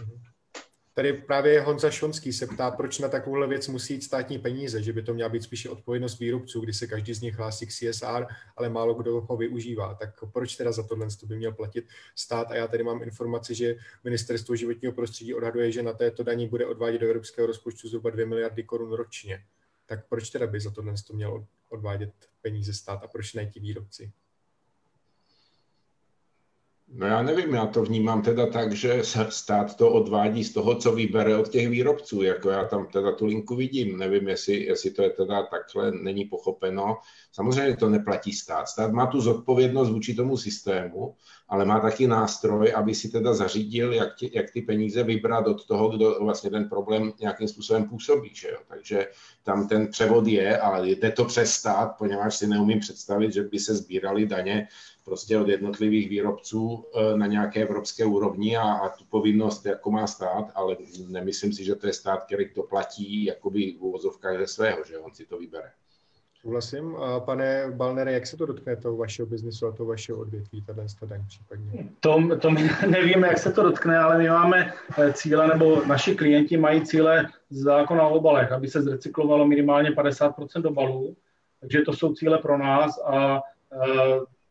Tady právě Honza Šonský se ptá, proč na takovouhle věc musí jít státní peníze, že by to měla být spíše odpovědnost výrobců, kdy se každý z nich hlásí k CSR, ale málo kdo ho využívá. Tak proč teda za tohle by měl platit stát? A já tady mám informaci, že Ministerstvo životního prostředí odhaduje, že na této daní bude odvádět do evropského rozpočtu zhruba 2 miliardy korun ročně. Tak proč teda by za tohle měl odvádět peníze stát a proč ne ti výrobci? No já nevím, já to vnímám teda tak, že stát to odvádí z toho, co vybere od těch výrobců, jako já tam teda tu linku vidím, nevím, jestli to je teda takhle, není pochopeno. Samozřejmě to neplatí stát. Stát má tu zodpovědnost vůči tomu systému, ale má taky nástroj, aby si teda zařídil, jak ty peníze vybrat od toho, kdo vlastně ten problém nějakým způsobem působí. Že jo? Takže tam ten převod je, ale jde to přes stát, poněvadž si neumím představit, že by se sbíraly daně prostě od jednotlivých výrobců na nějaké evropské úrovni a tu povinnost jako má stát, ale nemyslím si, že to je stát, který to platí jakoby v uvozovkách ze svého, že on si to vybere. Souhlasím. Pane Ballnere, jak se to dotkne toho vašeho biznisu a toho vašeho odvětví, tato daň případně? To my nevíme, jak se to dotkne, ale my máme cíle, nebo naši klienti mají cíle z zákona o obalech, aby se zrecyklovalo minimálně 50% obalů, takže to jsou cíle pro nás a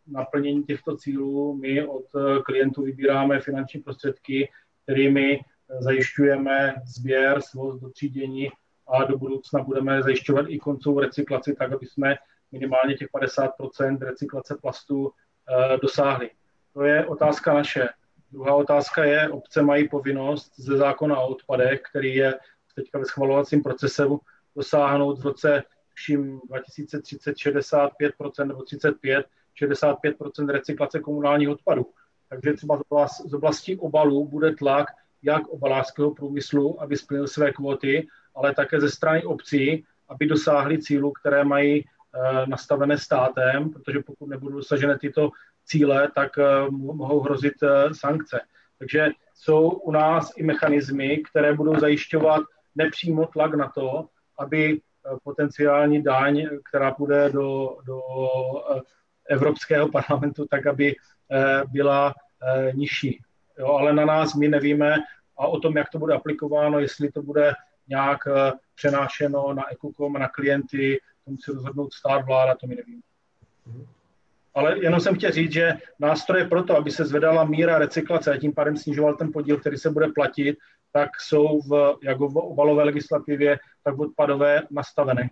naplnění těchto cílů my od klientů vybíráme finanční prostředky, kterými zajišťujeme sběr, svoz, dotřídění a do budoucna budeme zajišťovat i koncovou recyklaci tak, aby jsme minimálně těch 50% recyklace plastů dosáhli. To je otázka naše. Druhá otázka je, obce mají povinnost ze zákona o odpadech, který je teďka ve schvalovacím procesu, dosáhnout v roce 2030 65% nebo 65% recyklace komunálních odpadů. Takže třeba z oblasti obalů bude tlak jak obalářského průmyslu, aby splnil své kvóty, ale také ze strany obcí, aby dosáhly cílů, které mají nastavené státem, protože pokud nebudou dosažené tyto cíle, tak mohou hrozit sankce. Takže jsou u nás i mechanismy, které budou zajišťovat nepřímo tlak na to, aby potenciální daň, která půjde do Evropského parlamentu, tak aby byla nižší. Jo, ale na nás my nevíme a o tom, jak to bude aplikováno, jestli to bude nějak přenášeno na Ekukom, na klienty, to musí rozhodnout stát, vláda, to my nevíme. Ale jenom jsem chtěl říct, že nástroje pro to, aby se zvedala míra recyklace a tím pádem snižoval ten podíl, který se bude platit, tak jsou jak v obalové legislativě, tak v odpadové nastavené.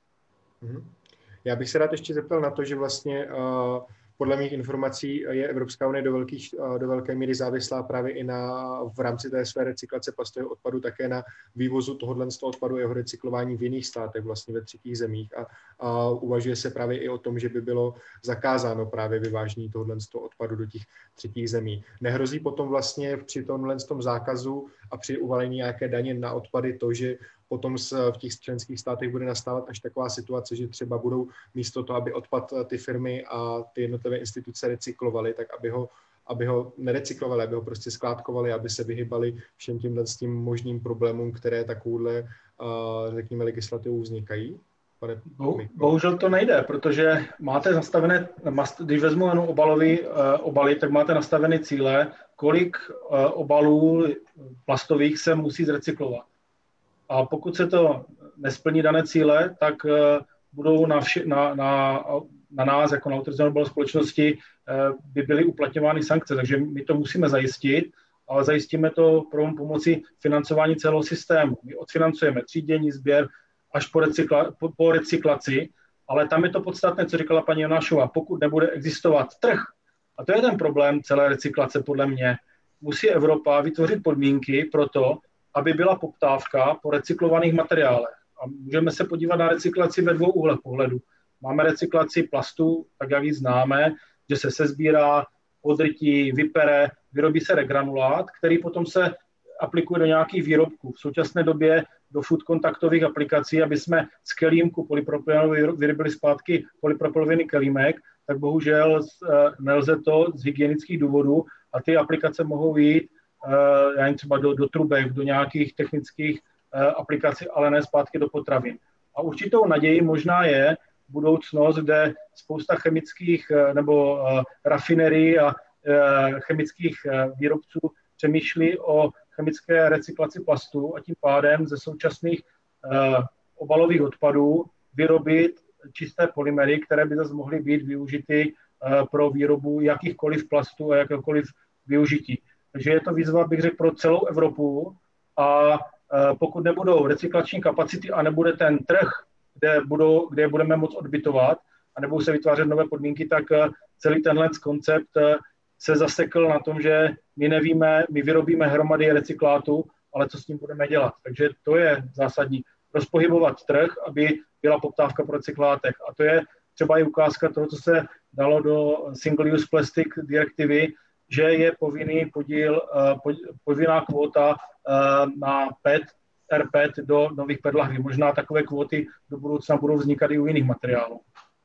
Já bych se rád ještě zeptal na to, že vlastně podle mých informací je Evropská unie do velké míry závislá právě i v rámci té své recyklace plastového odpadu také na vývozu tohoto odpadu a jeho recyklování v jiných státech, vlastně ve třetích zemích. A uvažuje se právě i o tom, že by bylo zakázáno právě vyvážení tohoto odpadu do těch třetích zemí. Nehrozí potom vlastně při tomhle zákazu a při uvalení nějaké daně na odpady to, že potom v těch členských státech bude nastávat až taková situace, že třeba budou místo toho, aby odpad ty firmy a ty jednotlivé instituce recyklovaly, tak aby ho nerecyklovali, aby ho prostě skládkovali, aby se vyhybali všem tím možným problémům, které takovouhle, řekněme, legislativou vznikají? Bohužel to nejde, protože máte nastavené, když vezmu jenom obaly, tak máte nastavené cíle, kolik obalů plastových se musí zrecyklovat. A pokud se to nesplní dané cíle, tak budou na nás, jako na autorizovanou obalové společnosti, by byly uplatňovány sankce. Takže my to musíme zajistit, ale zajistíme to pomocí financování celého systému. My odfinancujeme třídění, sběr až po recyklaci, ale tam je to podstatné, co říkala paní Jonášová. Pokud nebude existovat trh, a to je ten problém celé recyklace podle mě, musí Evropa vytvořit podmínky pro to, aby byla poptávka po recyklovaných materiálech. A můžeme se podívat na recyklaci ve dvou úhlech pohledu. Máme recyklaci plastu, tak jak ji známe, že se sesbírá, odrytí, vypere, vyrobí se regranulát, který potom se aplikuje do nějakých výrobků. V současné době do food kontaktových aplikací, aby jsme z kelímku polypropylenu vyrobili zpátky polypropylenový kelímek, tak bohužel nelze to z hygienických důvodů a ty aplikace mohou jít třeba do trubek, do nějakých technických aplikací, ale ne zpátky do potravin. A určitou naději možná je budoucnost, kde spousta chemických nebo rafinerií a chemických výrobců přemýšlí o chemické recyklaci plastů a tím pádem ze současných obalových odpadů vyrobit čisté polymery, které by zase mohly být využity pro výrobu jakýchkoliv plastů a jakéhokoliv využití. Takže je to výzva, bych řekl, pro celou Evropu a pokud nebudou recyklační kapacity a nebude ten trh, kde budeme moct odbytovat a nebudou se vytvářet nové podmínky, tak celý tenhle koncept se zasekl na tom, že my nevíme, my vyrobíme hromady recyklátu, ale co s tím budeme dělat. Takže to je zásadní. Rozpohybovat trh, aby byla poptávka po recyklátech. A to je třeba i ukázka toho, co se dalo do Single Use Plastic direktivy, že je povinná kvóta na PET, RPET do nových PET lahví. Možná takové kvóty do budoucna budou vznikat i u jiných materiálů.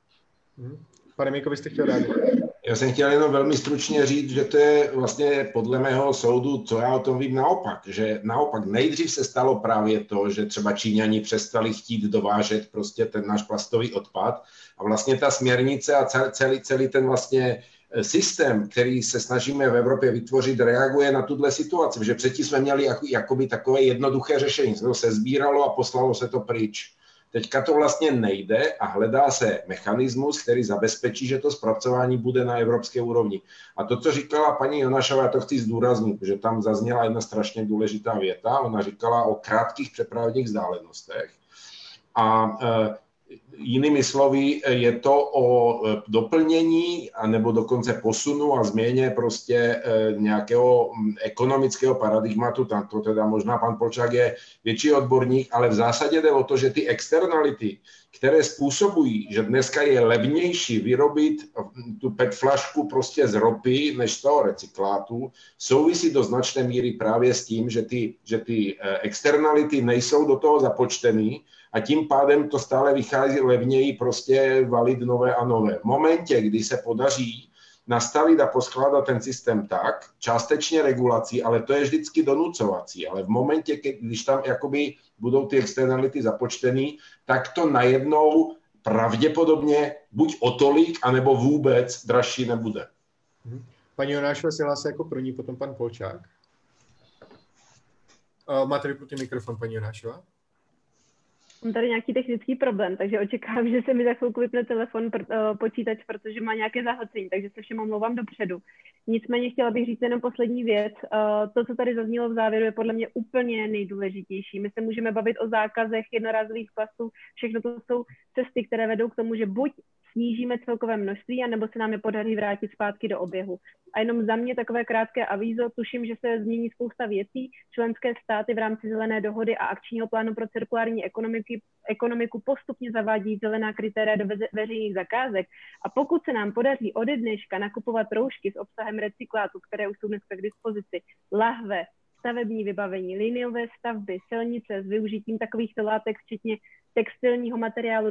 Pane Miko, byste chtěl reagovat? Já jsem chtěl jenom velmi stručně říct, že to je vlastně podle mého soudu, co já o tom vím naopak, že naopak nejdřív se stalo právě to, že třeba Číňani přestali chtít dovážet prostě ten náš plastový odpad a vlastně ta směrnice a celý ten vlastně systém, který se snažíme v Evropě vytvořit, reaguje na tuhle situaci, že předtím jsme měli jakoby takové jednoduché řešení, se to sbíralo a poslalo se to pryč. Teďka to vlastně nejde a hledá se mechanismus, který zabezpečí, že to zpracování bude na evropské úrovni. A to, co říkala paní Jonášová, já to chci zdůraznit, že tam zazněla jedna strašně důležitá věta. Ona říkala o krátkých přepravních vzdálenostech. A jinými slovy, je to o doplnění nebo dokonce posunu a změně prostě nějakého ekonomického paradigmatu. Tam to teda možná pan Polčák je větší odborník, ale v zásadě jde o to, že ty externality, které způsobují, že dneska je levnější vyrobit tu PET flašku prostě z ropy než z toho recyklátu, souvisí do značné míry právě s tím, že ty externality nejsou do toho započtený, a tím pádem to stále vychází levněji prostě valit nové a nové. V momentě, kdy se podaří nastavit a poskládat ten systém tak, částečně regulací, ale to je vždycky donucovací, ale v momentě, když tam jakoby budou ty externality započtený, tak to najednou pravděpodobně buď o tolik, anebo vůbec dražší nebude. Paní Jonášová se hlásí jako první, potom pan Polčák. Máte vypnutý mikrofon, paní Jonášová? Mám tady nějaký technický problém, takže očekávám, že se mi za chvilku vypne telefon, počítač, protože má nějaké zahlcení, takže se všem omlouvám dopředu. Nicméně chtěla bych říct jenom poslední věc. To, co tady zaznělo v závěru, je podle mě úplně nejdůležitější. My se můžeme bavit o zákazech jednorázových plastů, všechno to jsou cesty, které vedou k tomu, že buď snížíme celkové množství, anebo se nám je podaří vrátit zpátky do oběhu. A jenom za mě takové krátké avízo, tuším, že se změní spousta věcí. Členské státy v rámci zelené dohody a akčního plánu pro cirkulární ekonomiku postupně zavádí zelená kritéria do veřejných zakázek. A pokud se nám podaří ode dneška nakupovat roušky s obsahem recyklátu, které už jsou dneska k dispozici, lahve, stavební vybavení, liniové stavby, silnice s využitím takovýchto látek, včetně textilního materiálu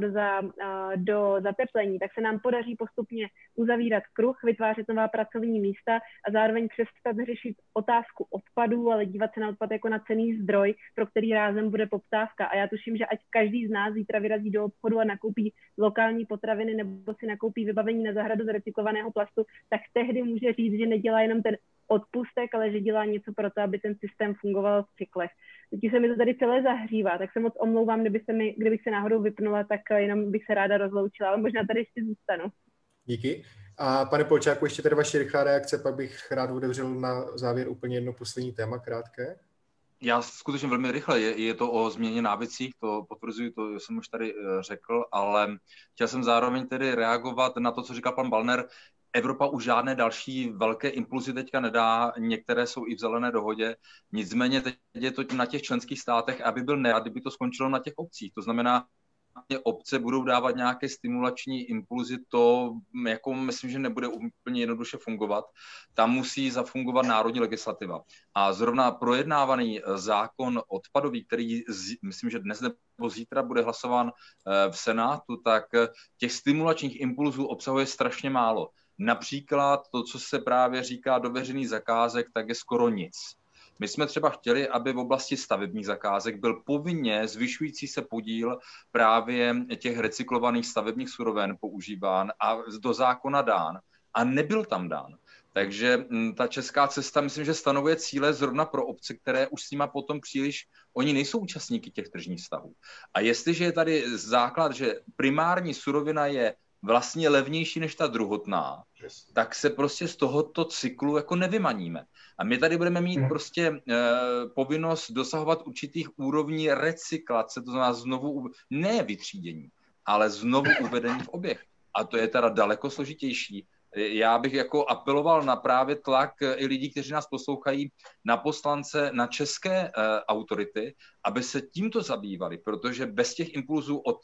do zateplení, tak se nám podaří postupně uzavírat kruh, vytvářet nová pracovní místa a zároveň přestat řešit otázku odpadů, ale dívat se na odpad jako na cenný zdroj, pro který rázem bude poptávka. A já tuším, že ať každý z nás zítra vyrazí do obchodu a nakoupí lokální potraviny nebo si nakoupí vybavení na zahradu z recyklovaného plastu, tak tehdy může říct, že nedělá jenom ten odpustek, ale že dělá něco pro to, aby ten systém fungoval v cyklech. Teď se mi to tady celé zahřívá, tak se moc omlouvám, kdybych se náhodou vypnula, tak jenom bych se ráda rozloučila, ale možná tady ještě zůstanu. Díky. A pane Polčáku, ještě tady vaše rychlá reakce, pak bych rád otevřel na závěr úplně jedno poslední téma, krátké. Já skutečně velmi rychle, je to o změně návycích, to potvrzuji, to jsem už tady řekl, ale chtěl jsem zároveň tedy reagovat na to, co říkal pan Ballner. Evropa už žádné další velké impulzy teďka nedá, některé jsou i v zelené dohodě, nicméně teď je to na těch členských státech, aby byl nerad, kdyby to skončilo na těch obcích. To znamená, že obce budou dávat nějaké stimulační impulzy, to jako myslím, že nebude úplně jednoduše fungovat. Tam musí zafungovat národní legislativa. A zrovna projednávaný zákon odpadový, který myslím, že dnes nebo zítra bude hlasován v Senátu, tak těch stimulačních impulzů obsahuje strašně málo. Například to, co se právě říká do veřejných zakázek, tak je skoro nic. My jsme třeba chtěli, aby v oblasti stavebních zakázek byl povinně zvyšující se podíl právě těch recyklovaných stavebních surovin používán a do zákona dán. A nebyl tam dán. Takže ta česká cesta, myslím, že stanovuje cíle zrovna pro obce, které už s nima potom příliš, oni nejsou účastníky těch tržních stavů. A jestliže je tady základ, že primární surovina je vlastně levnější než ta druhotná, tak se prostě z tohoto cyklu jako nevymaníme. A my tady budeme mít prostě povinnost dosahovat určitých úrovní recyklace, to znamená znovu, ne vytřídění, ale znovu uvedení v oběh. A to je teda daleko složitější. Já bych jako apeloval na právě tlak i lidí, kteří nás poslouchají, na poslance, na české autority, aby se tímto zabývali, protože bez těch impulzů od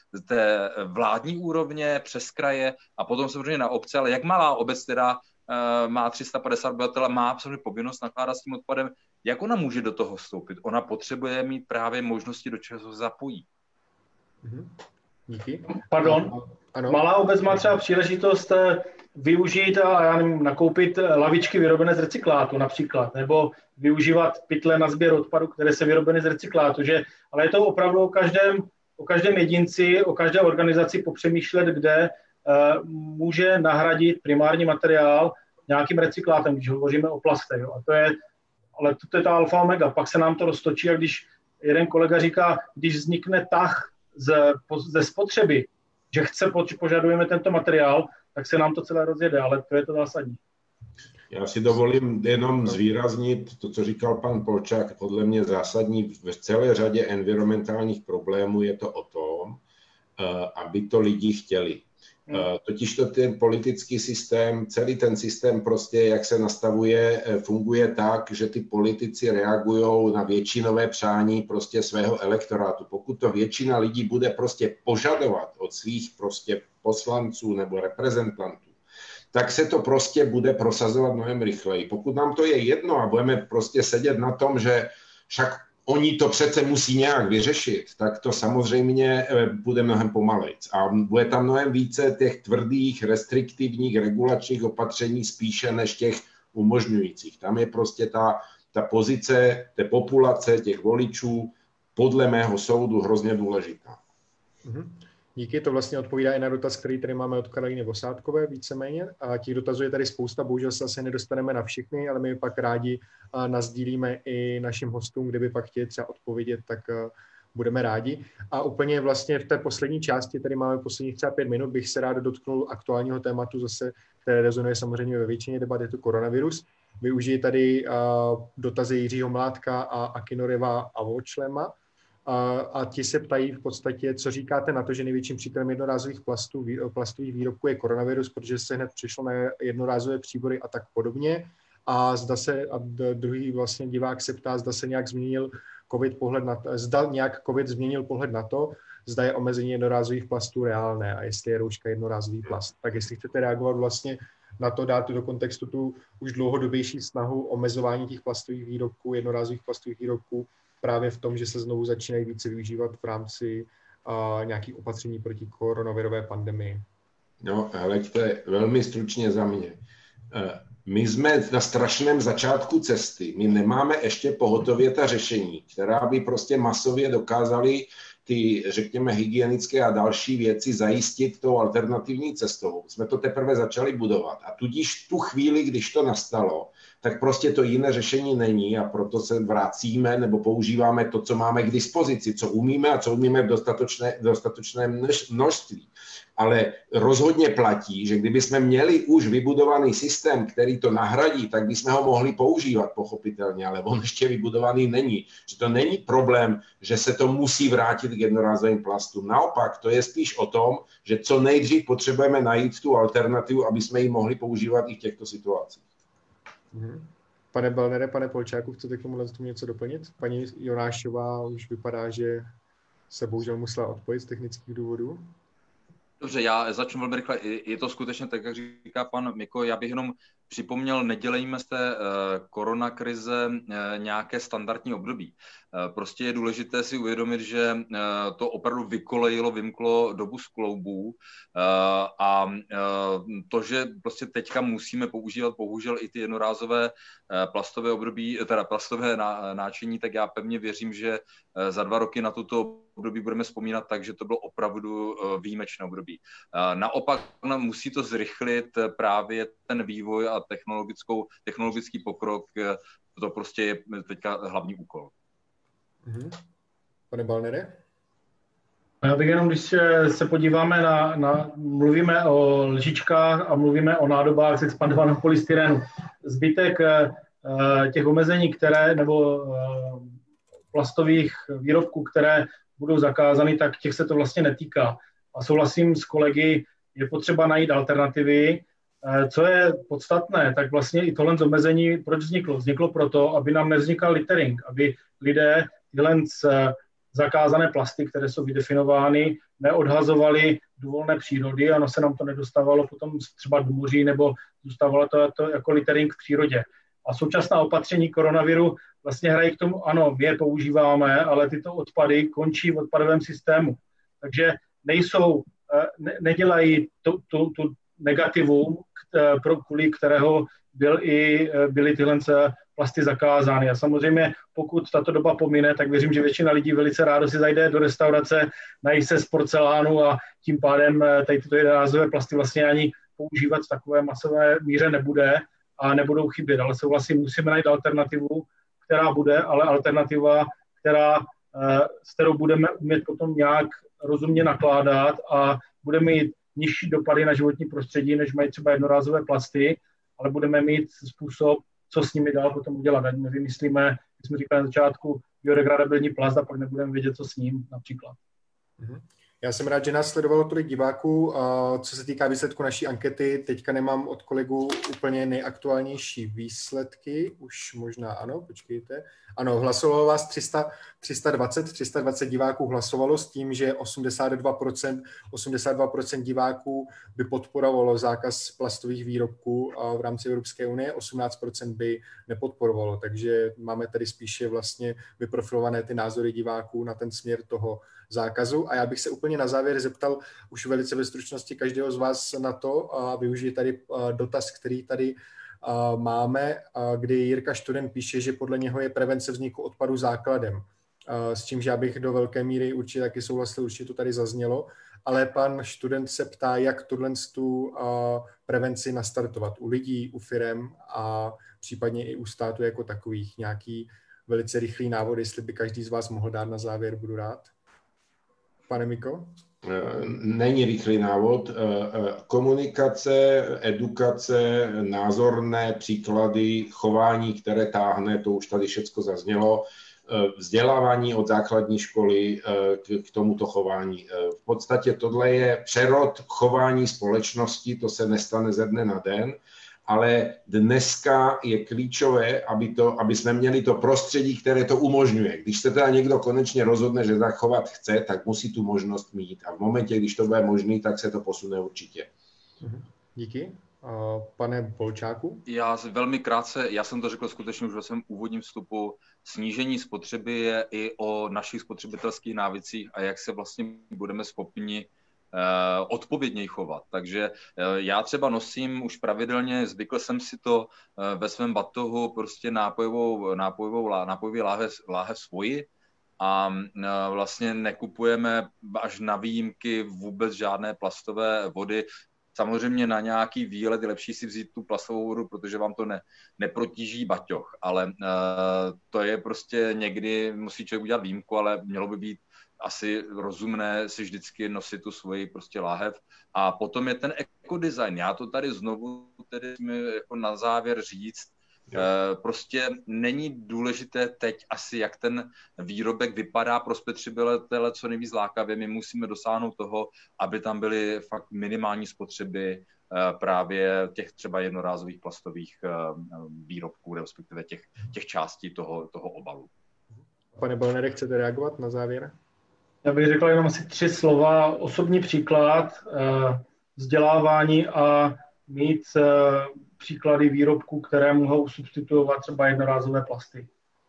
té vládní úrovně přes kraje a potom samozřejmě na obce, ale jak malá obec teda má 350 obyvatel, má absolutně povinnost nakládat s tím odpadem, jak ona může do toho vstoupit? Ona potřebuje mít právě možnosti, do čeho se zapojí. Díky. Pardon. Ano. Malá obec má třeba příležitost využít a já nevím, nakoupit lavičky vyrobené z recyklátu například, nebo využívat pytle na sběr odpadu, které se vyrobeny z recyklátu, ale je to opravdu o každém jedinci, o každé organizaci popřemýšlet, kde může nahradit primární materiál nějakým recyklátem, když hovoříme o plastech. Jo. A to je ta alfa omega. Pak se nám to roztočí a když jeden kolega říká, když vznikne tah ze spotřeby, že požadujeme tento materiál, tak se nám to celé rozjede, ale to je to zásadní. Já si dovolím jenom zvýraznit to, co říkal pan Polčák, podle mě zásadní v celé řadě environmentálních problémů je to o tom, aby to lidi chtěli. Totiž to ten politický systém, celý ten systém prostě, jak se nastavuje, funguje tak, že ty politici reagují na většinové přání prostě svého elektorátu. Pokud to většina lidí bude prostě požadovat od svých prostě poslanců nebo reprezentantů, tak se to prostě bude prosazovat mnohem rychleji. Pokud nám to je jedno a budeme prostě sedět na tom, že však oni to přece musí nějak vyřešit, tak to samozřejmě bude mnohem pomalejc. A bude tam mnohem více těch tvrdých, restriktivních, regulačních opatření spíše než těch umožňujících. Tam je prostě ta pozice té populace, těch voličů, podle mého soudu hrozně důležitá. Díky, to vlastně odpovídá i na dotaz, který tady máme od Karolíny Vosátkové víceméně. A těch dotazů je tady spousta, bohužel se asi nedostaneme na všechny, ale my pak rádi nasdílíme i našim hostům, kdyby pak chtěli třeba odpovědět, tak budeme rádi. A úplně vlastně v té poslední části, tady máme posledních třeba 5 minut, bych se rád dotknul aktuálního tématu zase, které rezonuje samozřejmě ve většině debat, je to koronavirus. Využiji tady dotazy Jiřího Mládka a Akinoriva a Vočlema. A ti se ptají v podstatě, co říkáte na to, že největším přítelem jednorázových plastových výrobků je koronavirus, protože se hned přišlo na jednorázové příbory a tak podobně. A druhý vlastně divák se ptá, zda nějak COVID změnil pohled na to, zda je omezení jednorázových plastů reálné a jestli je rouška jednorázový plast. Tak jestli chcete reagovat vlastně na to, dát do kontextu tu už dlouhodobější snahu omezování těch plastových výrobků, jednorázových plastových výrobků, právě v tom, že se znovu začínají více využívat v rámci nějakých opatření proti koronavirové pandemii. No, hleďte, velmi stručně za mě. My jsme na strašném začátku cesty. My nemáme ještě pohotově ta řešení, která by prostě masově dokázaly ty, řekněme, hygienické a další věci zajistit tou alternativní cestou. Jsme to teprve začali budovat. A tudíž tu chvíli, když to nastalo, tak prostě to jiné řešení není a proto se vracíme nebo používáme to, co máme k dispozici, co umíme a co umíme v dostatečném množství. Ale rozhodně platí, že kdybychom měli už vybudovaný systém, který to nahradí, tak bychom ho mohli používat pochopitelně, ale on ještě vybudovaný není. Že to není problém, že se to musí vrátit k jednorázovým plastům. Naopak, to je spíš o tom, že co nejdřív potřebujeme najít tu alternativu, aby jsme ji mohli používat i v těchto situacích. Pane Bellnere, pane Polčáku, chcete k tomu něco doplnit? Paní Jonášová už vypadá, že se bohužel musela odpojit z technických důvodů. Dobře, já začnu velmi rychle. Je to skutečně tak, jak říká pan Miko. Já bych jenom připomněl, nedělejme z té koronakrize nějaké standardní období. Prostě je důležité si uvědomit, že to opravdu vymklo dobu z kloubů a to, že prostě teďka musíme používat bohužel i ty jednorázové plastové období, teda plastové náčiní, tak já pevně věřím, že za 2 roky na toto období budeme vzpomínat tak, že to bylo opravdu výjimečné období. Naopak musí to zrychlit právě ten vývoj a technologický pokrok. To prostě je teďka hlavní úkol. Pane Bellnere? Já bych jenom, když se podíváme mluvíme o lžičkách a mluvíme o nádobách z expandovaného polystyrenu. Zbytek těch omezení, nebo plastových výrobků, které budou zakázány, tak těch se to vlastně netýká. A souhlasím s kolegy, je potřeba najít alternativy. Co je podstatné, tak vlastně i tohle omezení, proč vzniklo? Vzniklo proto, aby nám nevznikal littering, aby lidé tyhle zakázané plasty, které jsou vydefinovány, neodhazovali do volné přírody, ano, se nám to nedostávalo potom třeba do moří, nebo zůstávalo to jako littering v přírodě. A současná opatření koronaviru vlastně hrají k tomu, ano, my je používáme, ale tyto odpady končí v odpadovém systému. Takže nedělají tu negativum, kvůli kterého byly tyhle plasty zakázány. A samozřejmě, pokud tato doba pomine, tak věřím, že většina lidí velice rádo si zajde do restaurace, nají se z porcelánu a tím pádem tady tyto jednorázové plasty vlastně ani používat v takové masové míře nebude a nebudou chybět. Ale souhlasím, musíme najít alternativu, která bude, ale alternativa, s kterou budeme umět potom nějak rozumně nakládat a bude mít nižší dopady na životní prostředí, než mají třeba jednorázové plasty, ale budeme mít způsob, co s nimi dál potom udělat. Ať nevymyslíme, jak jsme říkali na začátku, biodegradabilní plast a pak nebudeme vědět, co s ním například. Já jsem rád, že nás sledovalo tolik diváků. Co se týká výsledku naší ankety, teďka nemám od kolegů úplně nejaktuálnější výsledky. Už možná ano, počkejte. Ano, hlasovalo vás 320 diváků hlasovalo s tím, že 82% diváků by podporovalo zákaz plastových výrobků v rámci Evropské unie, 18% by nepodporovalo. Takže máme tady spíše vlastně vyprofilované ty názory diváků na ten směr toho zákazu. A já bych se úplně na závěr zeptal už velice ve stručnosti každého z vás na to, a využiji tady dotaz, který tady máme, kdy Jirka Študent píše, že podle něho je prevence vzniku odpadu základem. S čím, že já bych do velké míry určitě taky souhlasil, určitě to tady zaznělo, ale pan Študent se ptá, jak tu prevenci nastartovat u lidí, u firem a případně i u státu jako takových. Nějaký velice rychlý návod, jestli by každý z vás mohl dát na závěr, budu rád. Pane Miko? Není rychlý návod. Komunikace, edukace, názorné příklady, chování, které táhne, to už tady všecko zaznělo, vzdělávání od základní školy k tomuto chování. V podstatě tohle je přerod chování společnosti, to se nestane ze dne na den, ale dneska je klíčové, aby jsme měli to prostředí, které to umožňuje. Když se teda někdo konečně rozhodne, že tak chovat chce, tak musí tu možnost mít. A v momentě, když to bude možný, tak se to posune určitě. Díky. Pane Polčáku? Já velmi krátce, já jsem to řekl skutečně už ve svém úvodním vstupu, snížení spotřeby je i o našich spotřebitelských návicích a jak se vlastně budeme schopni odpovědněji chovat. Takže já třeba nosím už pravidelně, zvykl jsem si to ve svém batohu prostě nápojový láhev svoji a vlastně nekupujeme až na výjimky vůbec žádné plastové vody. Samozřejmě na nějaký výlet je lepší si vzít tu plastovou vodu, protože vám to neprotíží baťoch, ale to je prostě někdy, musí člověk udělat výjimku, ale mělo by být asi rozumné si vždycky nosit tu svoji prostě láhev. A potom je ten ekodesign. Já to tady znovu tedy jako na závěr říct. Prostě není důležité teď asi, jak ten výrobek vypadá pro spotřebitele co nejvíc lákavě. My musíme dosáhnout toho, aby tam byly fakt minimální spotřeby právě těch třeba jednorázových plastových výrobků, respektive těch částí toho obalu. Pane Bellnere, chcete reagovat na závěr? Já bych řekl jenom asi 3 slova. Osobní příklad, vzdělávání a mít příklady výrobků, které mohou substituovat třeba jednorázové plasty.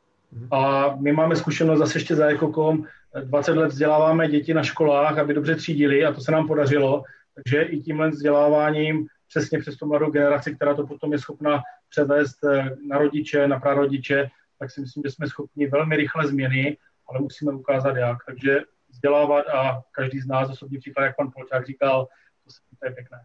A my máme zkušenost zase ještě za Ekokom, 20 let vzděláváme děti na školách, aby dobře třídili a to se nám podařilo. Takže i tímhle vzděláváním přesně přes tu mladou generaci, která to potom je schopna převést na rodiče, na prarodiče, tak si myslím, že jsme schopni velmi rychle změny, ale musíme ukázat jak. Takže vzdělávat a každý z nás osobní příklad, jak pan Polčák říkal, to je pěkné.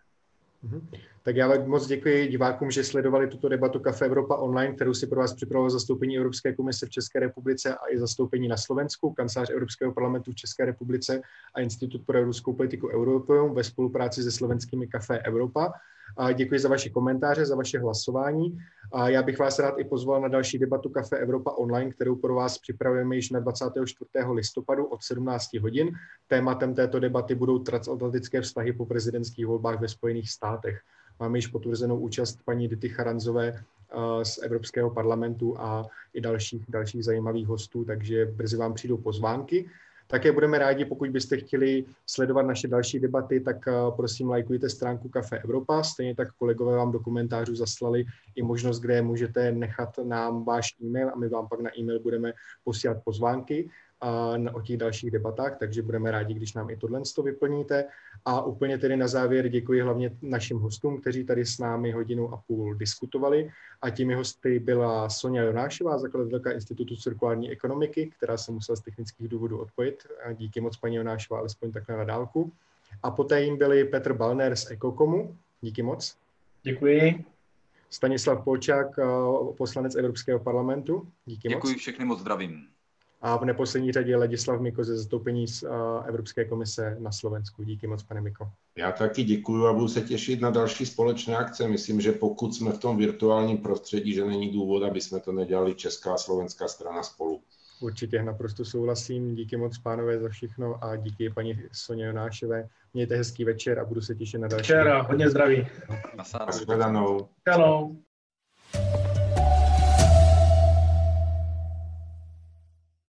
Tak já vám moc děkuji divákům, že sledovali tuto debatu Café Evropa online, kterou si pro vás připravilo zastoupení Evropské komise v České republice a i zastoupení na Slovensku, kancelář Evropského parlamentu v České republice a Institut pro evropskou politiku Europeum ve spolupráci se slovenskými Café Evropa. A děkuji za vaše komentáře, za vaše hlasování. A já bych vás rád i pozval na další debatu Café Evropa online, kterou pro vás připravujeme již na 24. listopadu od 17 hodin. Tématem této debaty budou transatlantické vztahy po prezidentských volbách ve Spojených státech. Máme již potvrzenou účast paní Dity Charanzové z Evropského parlamentu a i dalších zajímavých hostů, takže brzy vám přijdou pozvánky. Také budeme rádi, pokud byste chtěli sledovat naše další debaty, tak prosím lajkujte stránku Café Evropa. Stejně tak kolegové vám do komentářů zaslali i možnost, kde můžete nechat nám váš e-mail a my vám pak na e-mail budeme posílat pozvánky o těch dalších debatách, takže budeme rádi, když nám i tohle vyplníte. A úplně tedy na závěr děkuji hlavně našim hostům, kteří tady s námi 1,5 hodiny diskutovali. A těmi hosty byla Sonia Jonášová, zakladatelka Institutu cirkulární ekonomiky, která se musela z technických důvodů odpojit. Díky moc, paní Jonášová, alespoň takhle na dálku. A poté jim byli Petr Bellner z Ekokomu. Díky moc. Děkuji. Stanislav Polčák, poslanec Evropského parlamentu. Díky moc. Děkuji, všechny moc zdravím. a v neposlední řadě Ladislav Miko ze zastoupení z Evropské komise na Slovensku. Díky moc, pane Miko. Já taky děkuju a budu se těšit na další společné akce. Myslím, že pokud jsme v tom virtuálním prostředí, že není důvod, aby jsme to nedělali česká a slovenská strana spolu. Určitě, naprosto souhlasím. Díky moc, pánové, za všechno a díky paní Soně Jonášové. Mějte hezký večer a budu se těšit na další. Večer a hodně zdraví. Nashledanou. Hello.